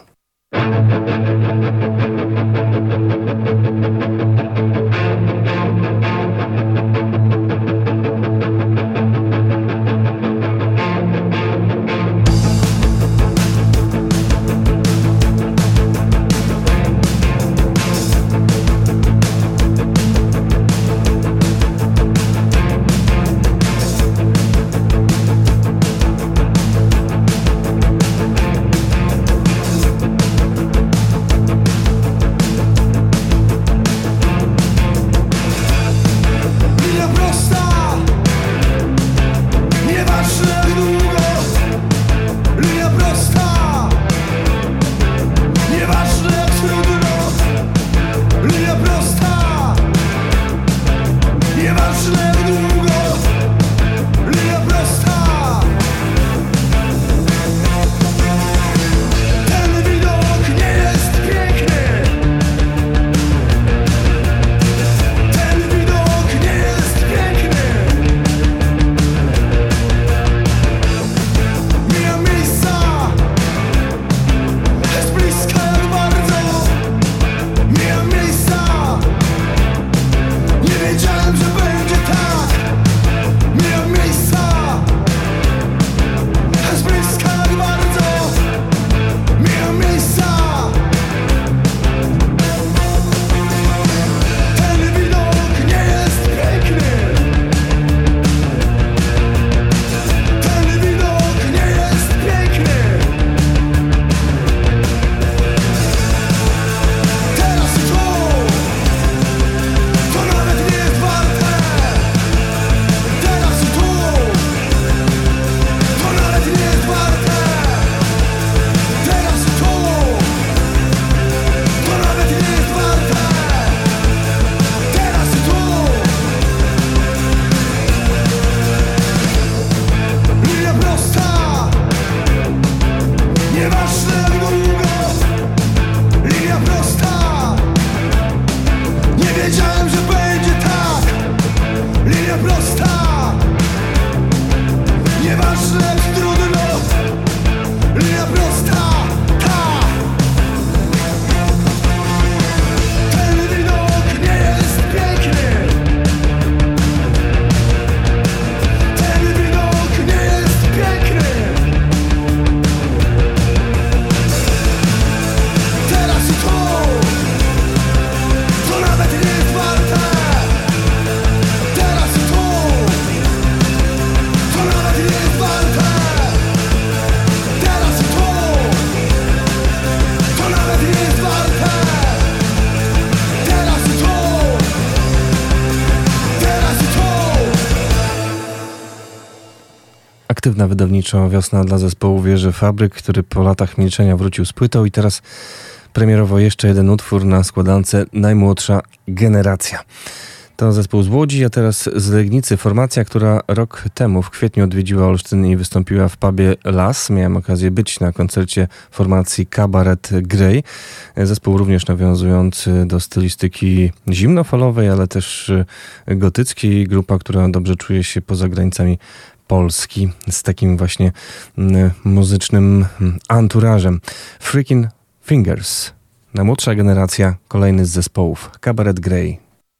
aktywna wydawniczo wiosna dla zespołu Wieży Fabryk, który po latach milczenia wrócił z płytą i teraz premierowo jeszcze jeden utwór na składance Najmłodsza Generacja. To zespół z Łodzi, a teraz z Legnicy. Formacja, która rok temu w kwietniu odwiedziła Olsztyn i wystąpiła w pubie Las. Miałem okazję być na koncercie formacji Cabaret Grey. Zespół również nawiązujący do stylistyki zimnofalowej, ale też gotyckiej. Grupa, która dobrze czuje się poza granicami Polski z takim właśnie muzycznym anturażem. Freaking Fingers. Najmłodsza generacja, kolejny z zespołów. Cabaret Grey.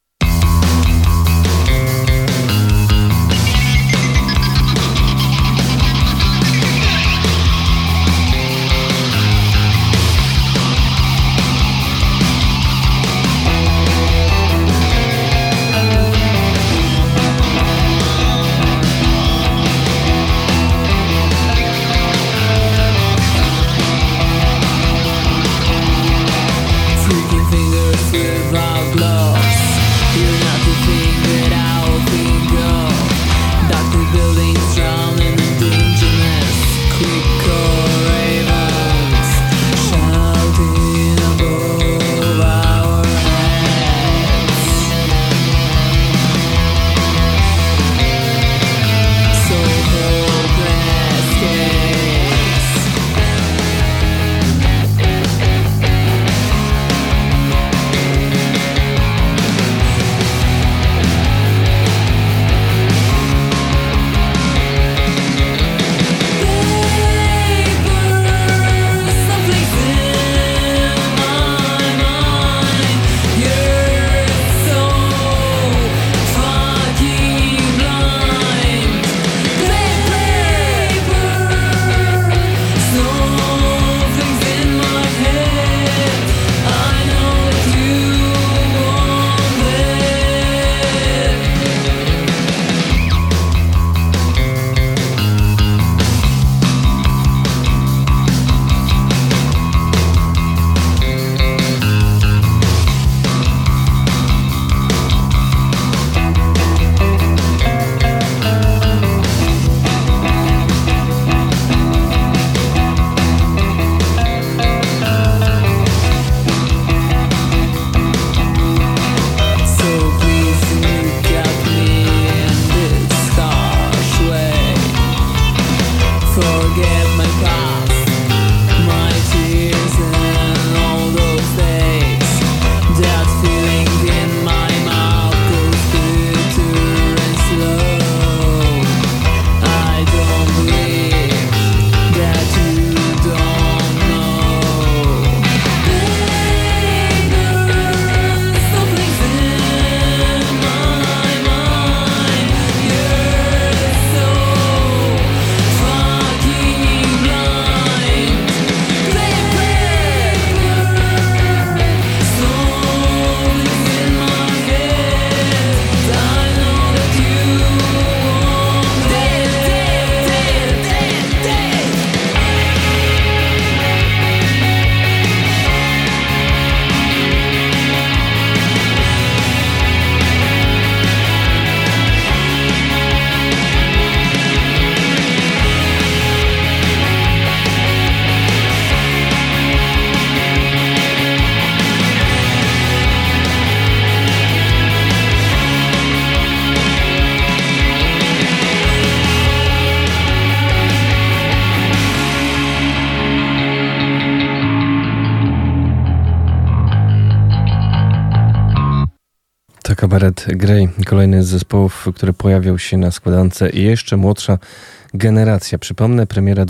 Cabaret Grey, kolejny z zespołów, który pojawiał się na składance i jeszcze młodsza generacja. Przypomnę, premiera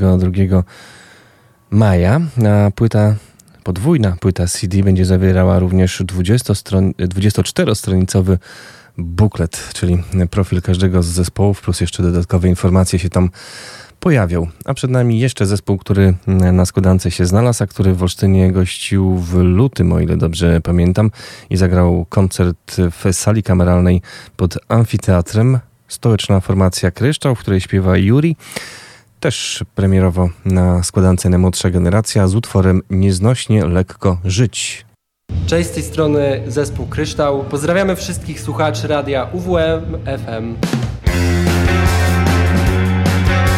22 maja, a podwójna płyta CD będzie zawierała również 24-stronicowy buklet, czyli profil każdego z zespołów, plus jeszcze dodatkowe informacje się tam pojawią. A przed nami jeszcze zespół, który na składance się znalazł, a który w Olsztynie gościł w lutym, o ile dobrze pamiętam, i zagrał koncert w sali kameralnej pod amfiteatrem. Stołeczna formacja Kryształ, w której śpiewa Yuri. Też premierowo na składance Najmłodsza Generacja z utworem Nieznośnie lekko żyć. Cześć, z tej strony zespół Kryształ. Pozdrawiamy wszystkich słuchaczy radia UWM FM.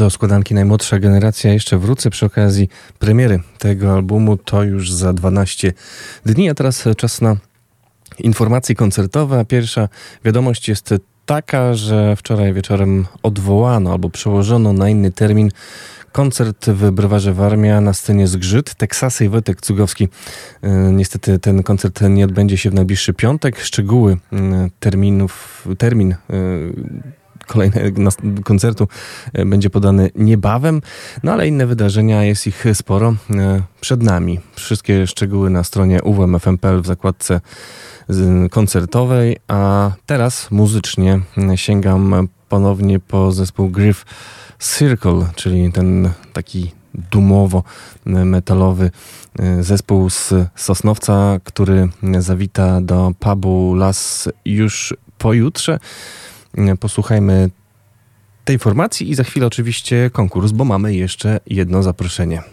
Do składanki Najmłodsza Generacja jeszcze wrócę przy okazji premiery tego albumu. To już za 12 dni, a teraz czas na informacje koncertowe. Pierwsza wiadomość jest taka, że wczoraj wieczorem odwołano albo przełożono na inny termin koncert w Browarze Warmia na scenie Zgrzyt, Teksasy i Wojtek Cugowski. Niestety ten koncert nie odbędzie się w najbliższy piątek. Szczegóły termin kolejnego koncertu będzie podany niebawem, no ale inne wydarzenia, jest ich sporo przed nami. Wszystkie szczegóły na stronie uwmfm.pl w zakładce koncertowej, a teraz muzycznie sięgam ponownie po zespół Grief Circle, czyli ten taki dumowo-metalowy zespół z Sosnowca, który zawita do pubu Las już pojutrze. Posłuchajmy tej formacji i za chwilę oczywiście konkurs, bo mamy jeszcze jedno zaproszenie.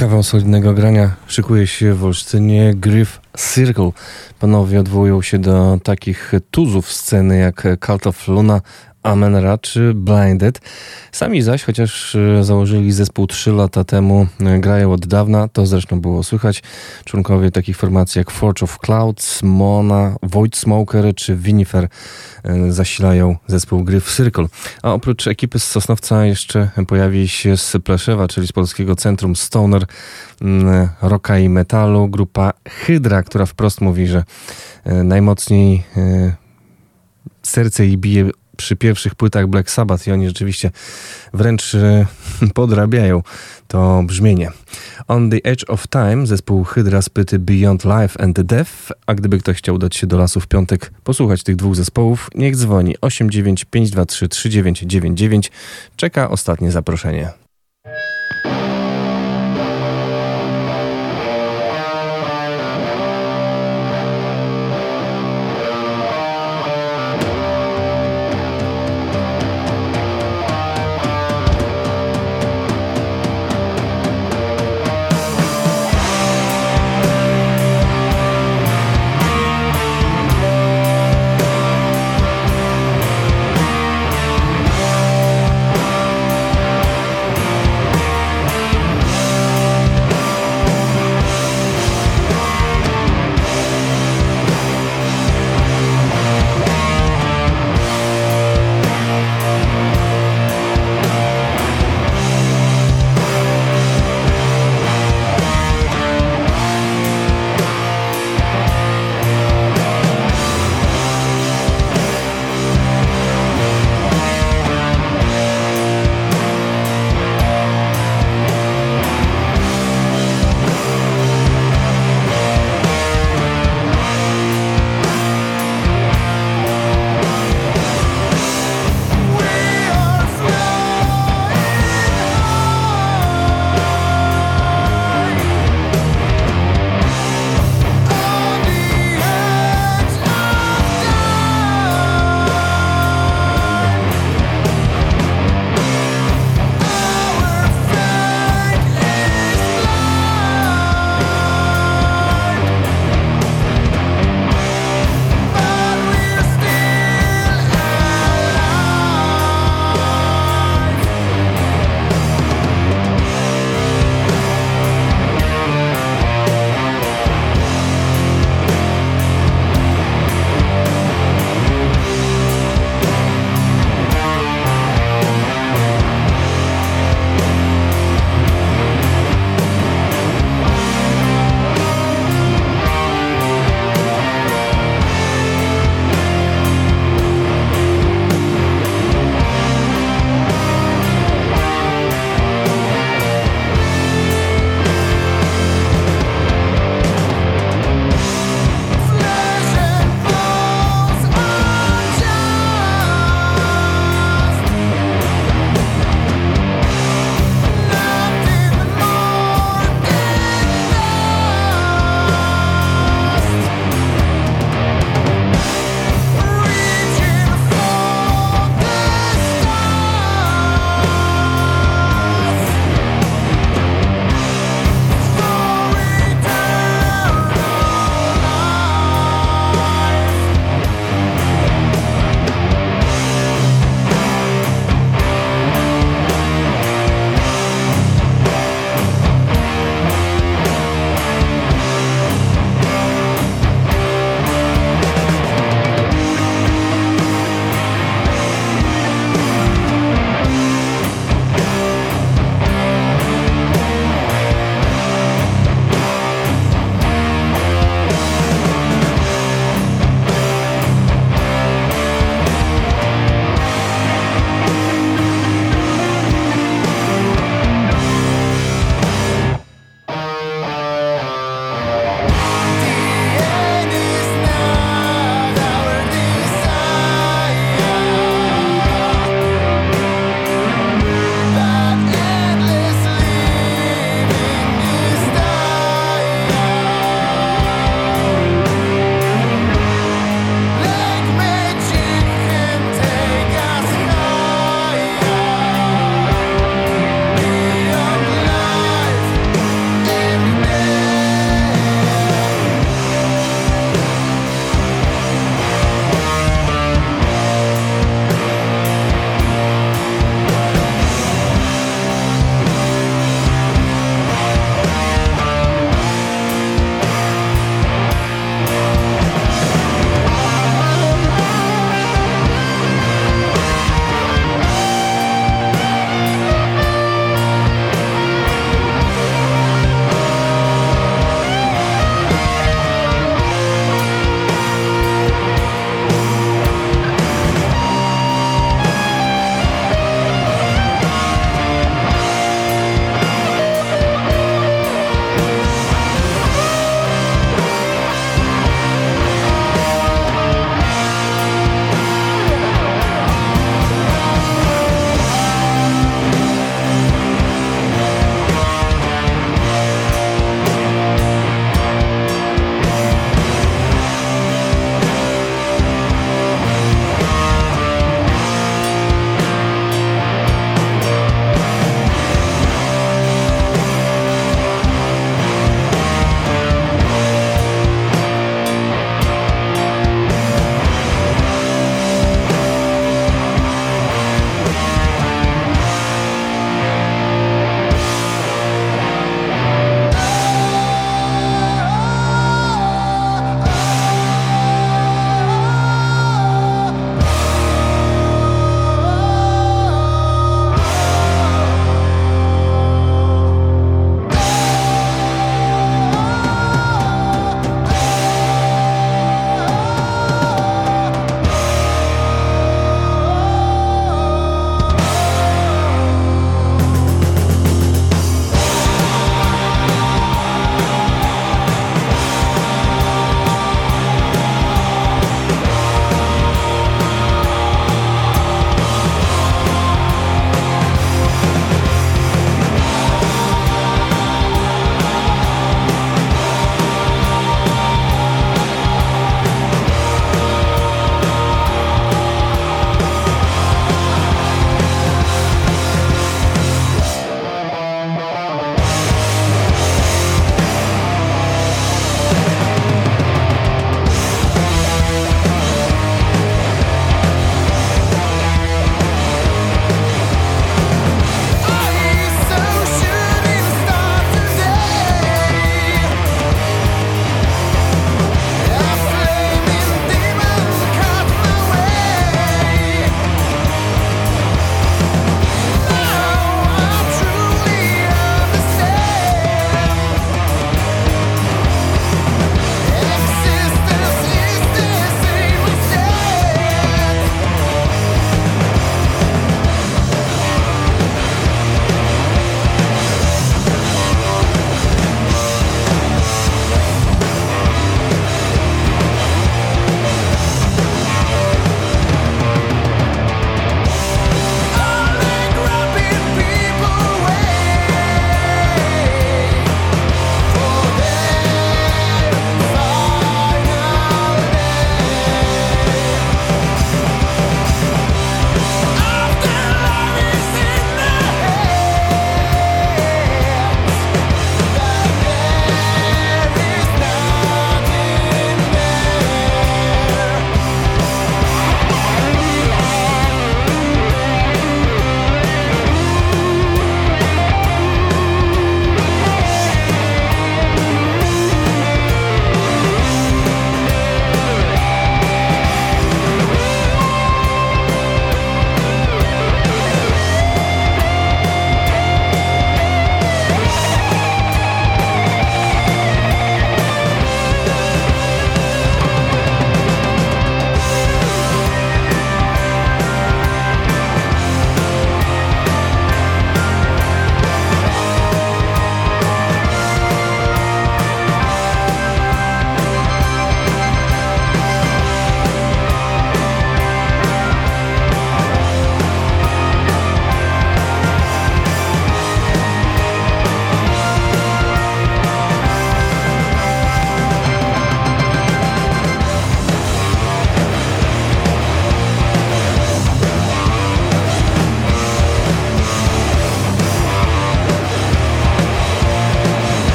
Kawał solidnego grania szykuje się w Olsztynie. Griff Circle panowie odwołują się do takich tuzów sceny jak Cult of Luna, Amen Ra czy Blinded. Sami zaś, chociaż założyli zespół 3 lata temu, grają od dawna, to zresztą było słychać. Członkowie takich formacji jak Forge of Clouds, Mona, Void Smoker czy Vinifer zasilają zespół Griff Circle. A oprócz ekipy z Sosnowca jeszcze pojawi się z Pleszewa, czyli z Polskiego Centrum Stoner, rocka i metalu, grupa Hydra, która wprost mówi, że najmocniej serce jej bije przy pierwszych płytach Black Sabbath i oni rzeczywiście wręcz podrabiają to brzmienie. On the Edge of Time, zespół Hydra z płyty Beyond Life and Death, a gdyby ktoś chciał udać się do lasu w piątek, posłuchać tych dwóch zespołów, niech dzwoni 89523 3999. Czeka ostatnie zaproszenie.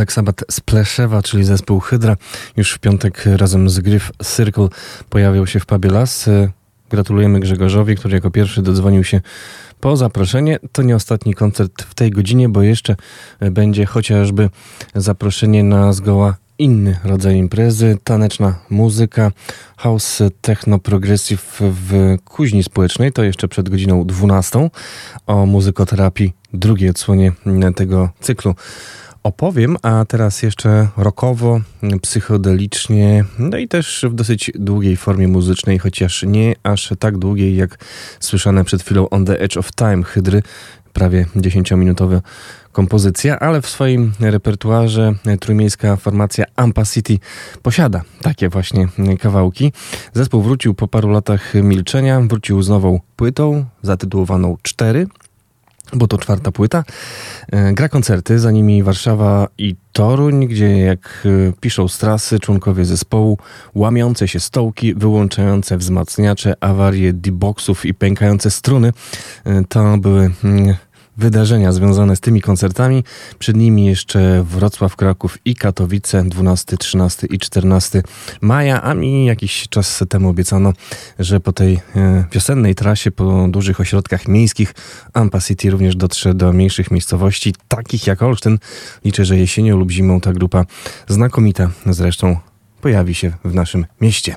Black Sabbath z Pleszewa, czyli zespół Hydra. Już w piątek razem z Griff Circle pojawiał się w pubie Las. Gratulujemy Grzegorzowi, który jako pierwszy dodzwonił się po zaproszenie. To nie ostatni koncert w tej godzinie, bo jeszcze będzie chociażby zaproszenie na zgoła inny rodzaj imprezy, taneczna muzyka, house, techno, progressive w Kuźni Społecznej, to jeszcze przed godziną 12. O muzykoterapii, drugiej odsłonie tego cyklu opowiem, a teraz jeszcze rockowo, psychodelicznie, no i też w dosyć długiej formie muzycznej, chociaż nie aż tak długiej jak słyszane przed chwilą On the Edge of Time Hydry, prawie 10-minutowa kompozycja, ale w swoim repertuarze trójmiejska formacja Ampa City posiada takie właśnie kawałki. Zespół wrócił po paru latach milczenia, wrócił z nową płytą zatytułowaną 4, bo to 4. płyta. Gra koncerty, za nimi Warszawa i Toruń, gdzie jak piszą z trasy członkowie zespołu, łamiące się stołki, wyłączające wzmacniacze, awarie D-boxów i pękające struny to były wydarzenia związane z tymi koncertami. Przed nimi jeszcze Wrocław, Kraków i Katowice 12, 13 i 14 maja, a mi jakiś czas temu obiecano, że po tej wiosennej trasie, po dużych ośrodkach miejskich Ampa City również dotrze do mniejszych miejscowości, takich jak Olsztyn. Liczę, że jesienią lub zimą ta grupa znakomita zresztą pojawi się w naszym mieście.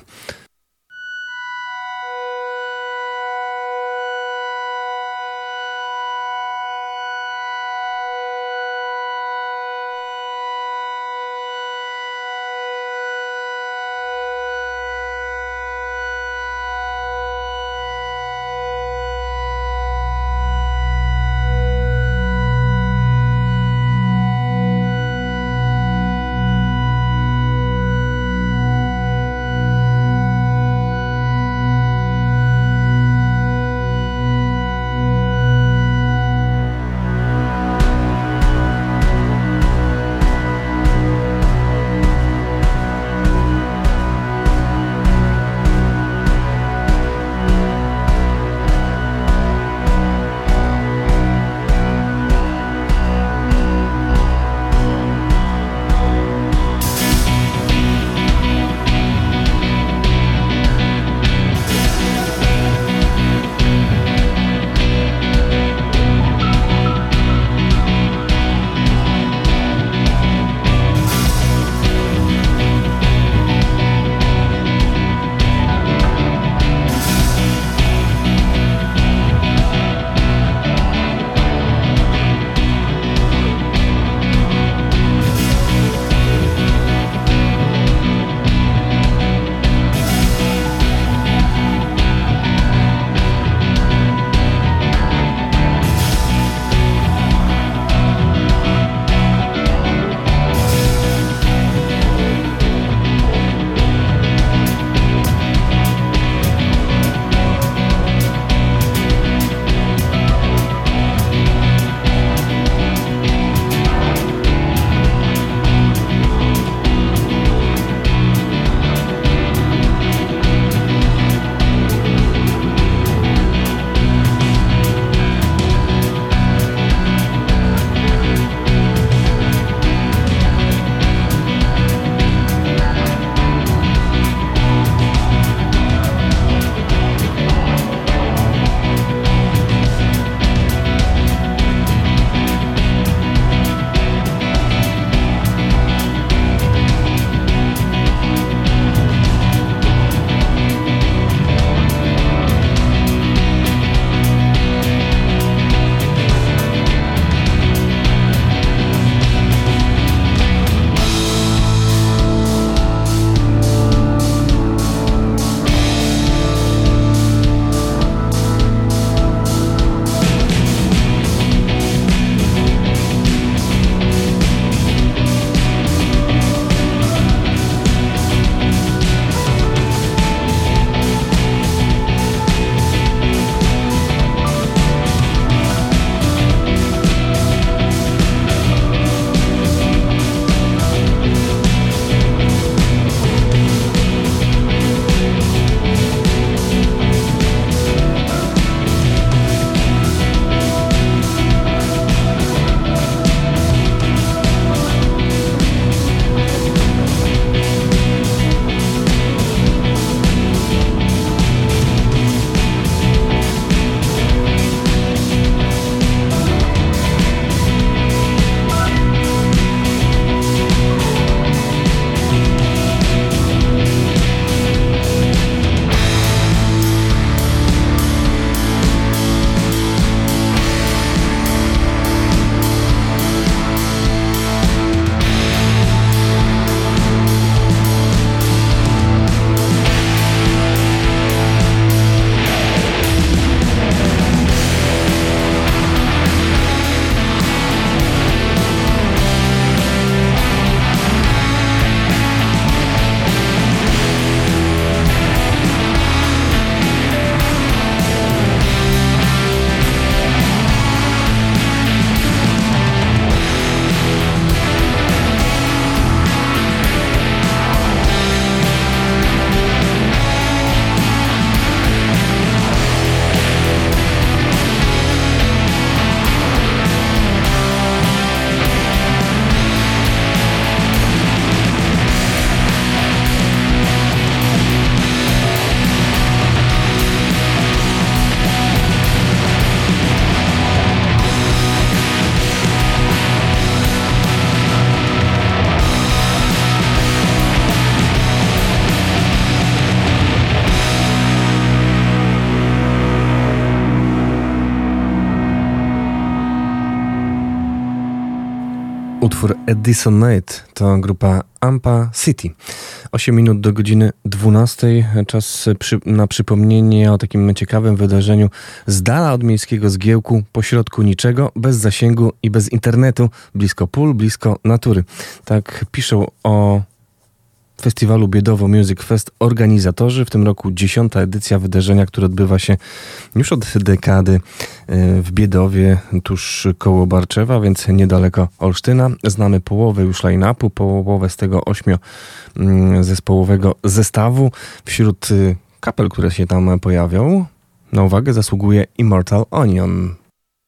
Utwór Edison Night to grupa Ampa City. 8 minut do godziny 12. Czas na przypomnienie o takim ciekawym wydarzeniu z dala od miejskiego zgiełku, pośrodku niczego, bez zasięgu i bez internetu, blisko pól, blisko natury. Tak piszą o festiwalu Biedowo Music Fest organizatorzy. W tym roku 10. edycja wydarzenia, które odbywa się już od dekady w Biedowie, tuż koło Barczewa, więc niedaleko Olsztyna. Znamy połowę już line-upu, połowę z tego 8-zespołowego zestawu. Wśród kapel, które się tam pojawią, na uwagę zasługuje Immortal Onion.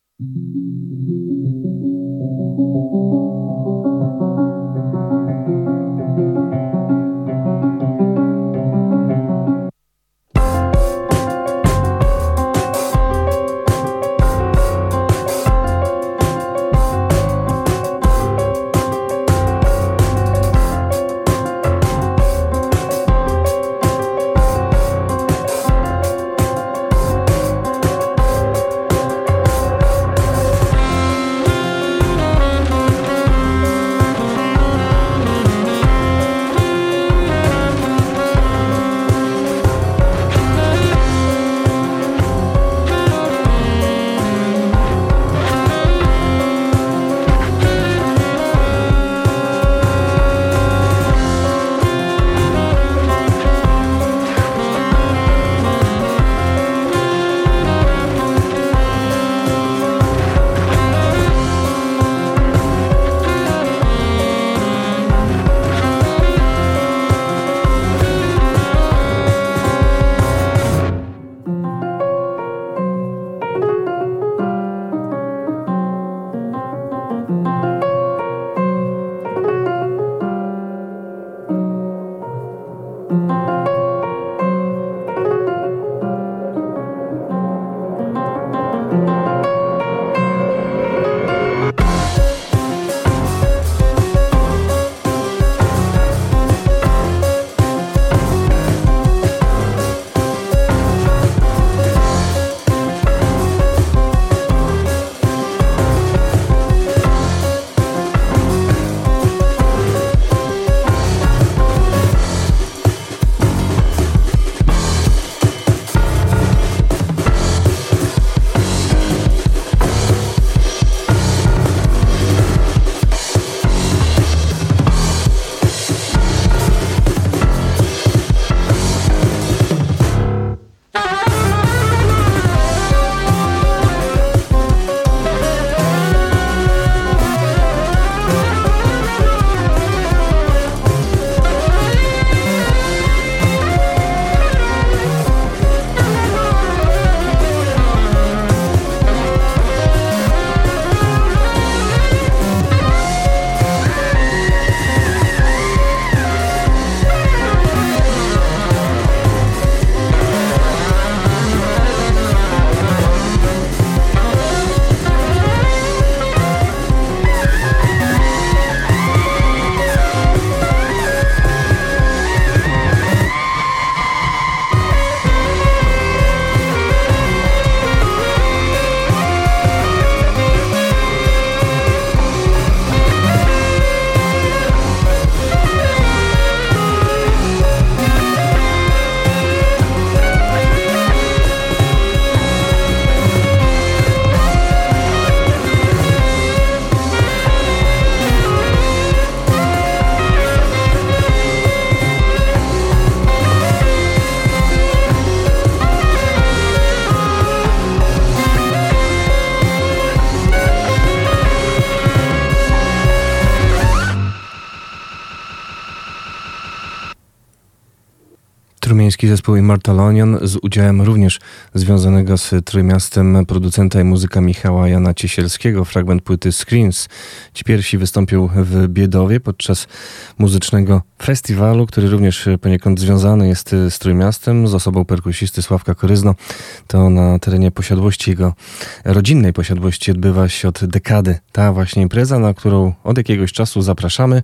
Trójmiejski zespół Immortal Onion z udziałem również związanego z Trójmiastem producenta i muzyka Michała Jana Ciesielskiego, fragment płyty Screens. Ci pierwsi wystąpią w Biedowie podczas muzycznego festiwalu, który również poniekąd związany jest z Trójmiastem, z osobą perkusisty Sławka Koryzno. To na terenie posiadłości jego rodzinnej posiadłości odbywa się od dekady ta właśnie impreza, na którą od jakiegoś czasu zapraszamy.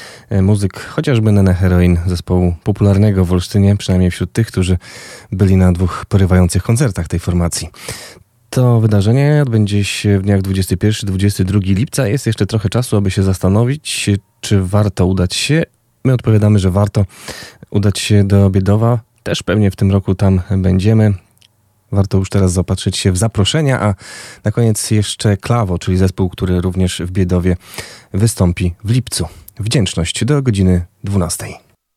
Muzyk chociażby Nene Heroin, zespołu popularnego w Olsztynie, przynajmniej wśród tych, którzy byli na 2 porywających koncertach tej formacji. To wydarzenie odbędzie się w dniach 21-22 lipca. Jest jeszcze trochę czasu, aby się zastanowić, czy warto udać się. My odpowiadamy, że warto udać się do Biedowa. Też pewnie w tym roku tam będziemy. Warto już teraz zaopatrzyć się w zaproszenia, a na koniec jeszcze Klawo, czyli zespół, który również w Biedowie wystąpi w lipcu. Wdzięczność do godziny 12.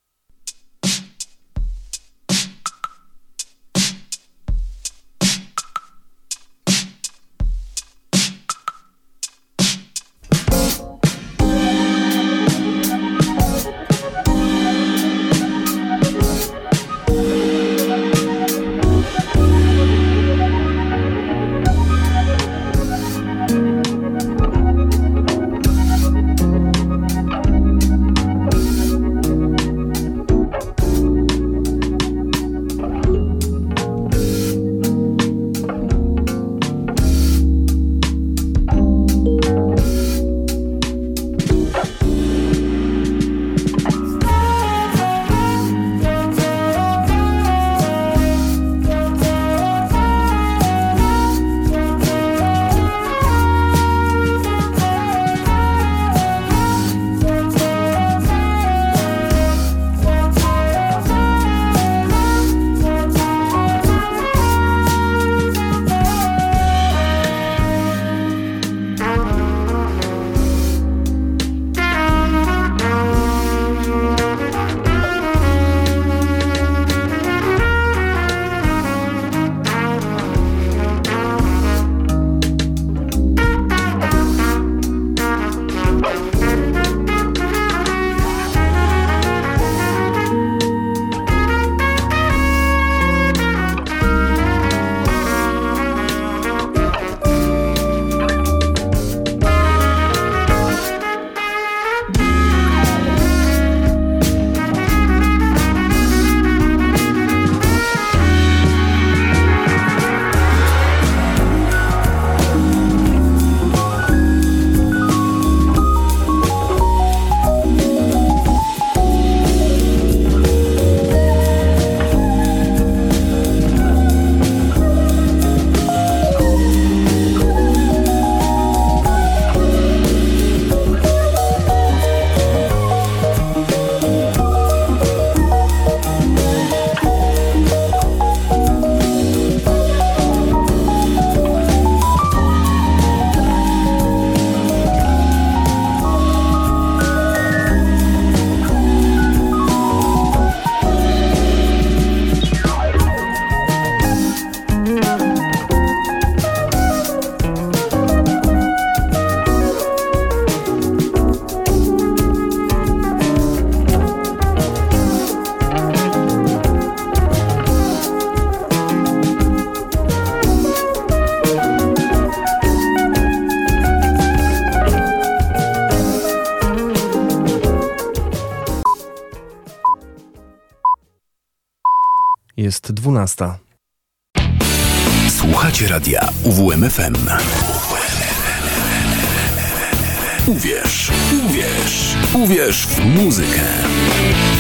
Jest 12. Słuchacie radia UWMFM. Uwierz w muzykę.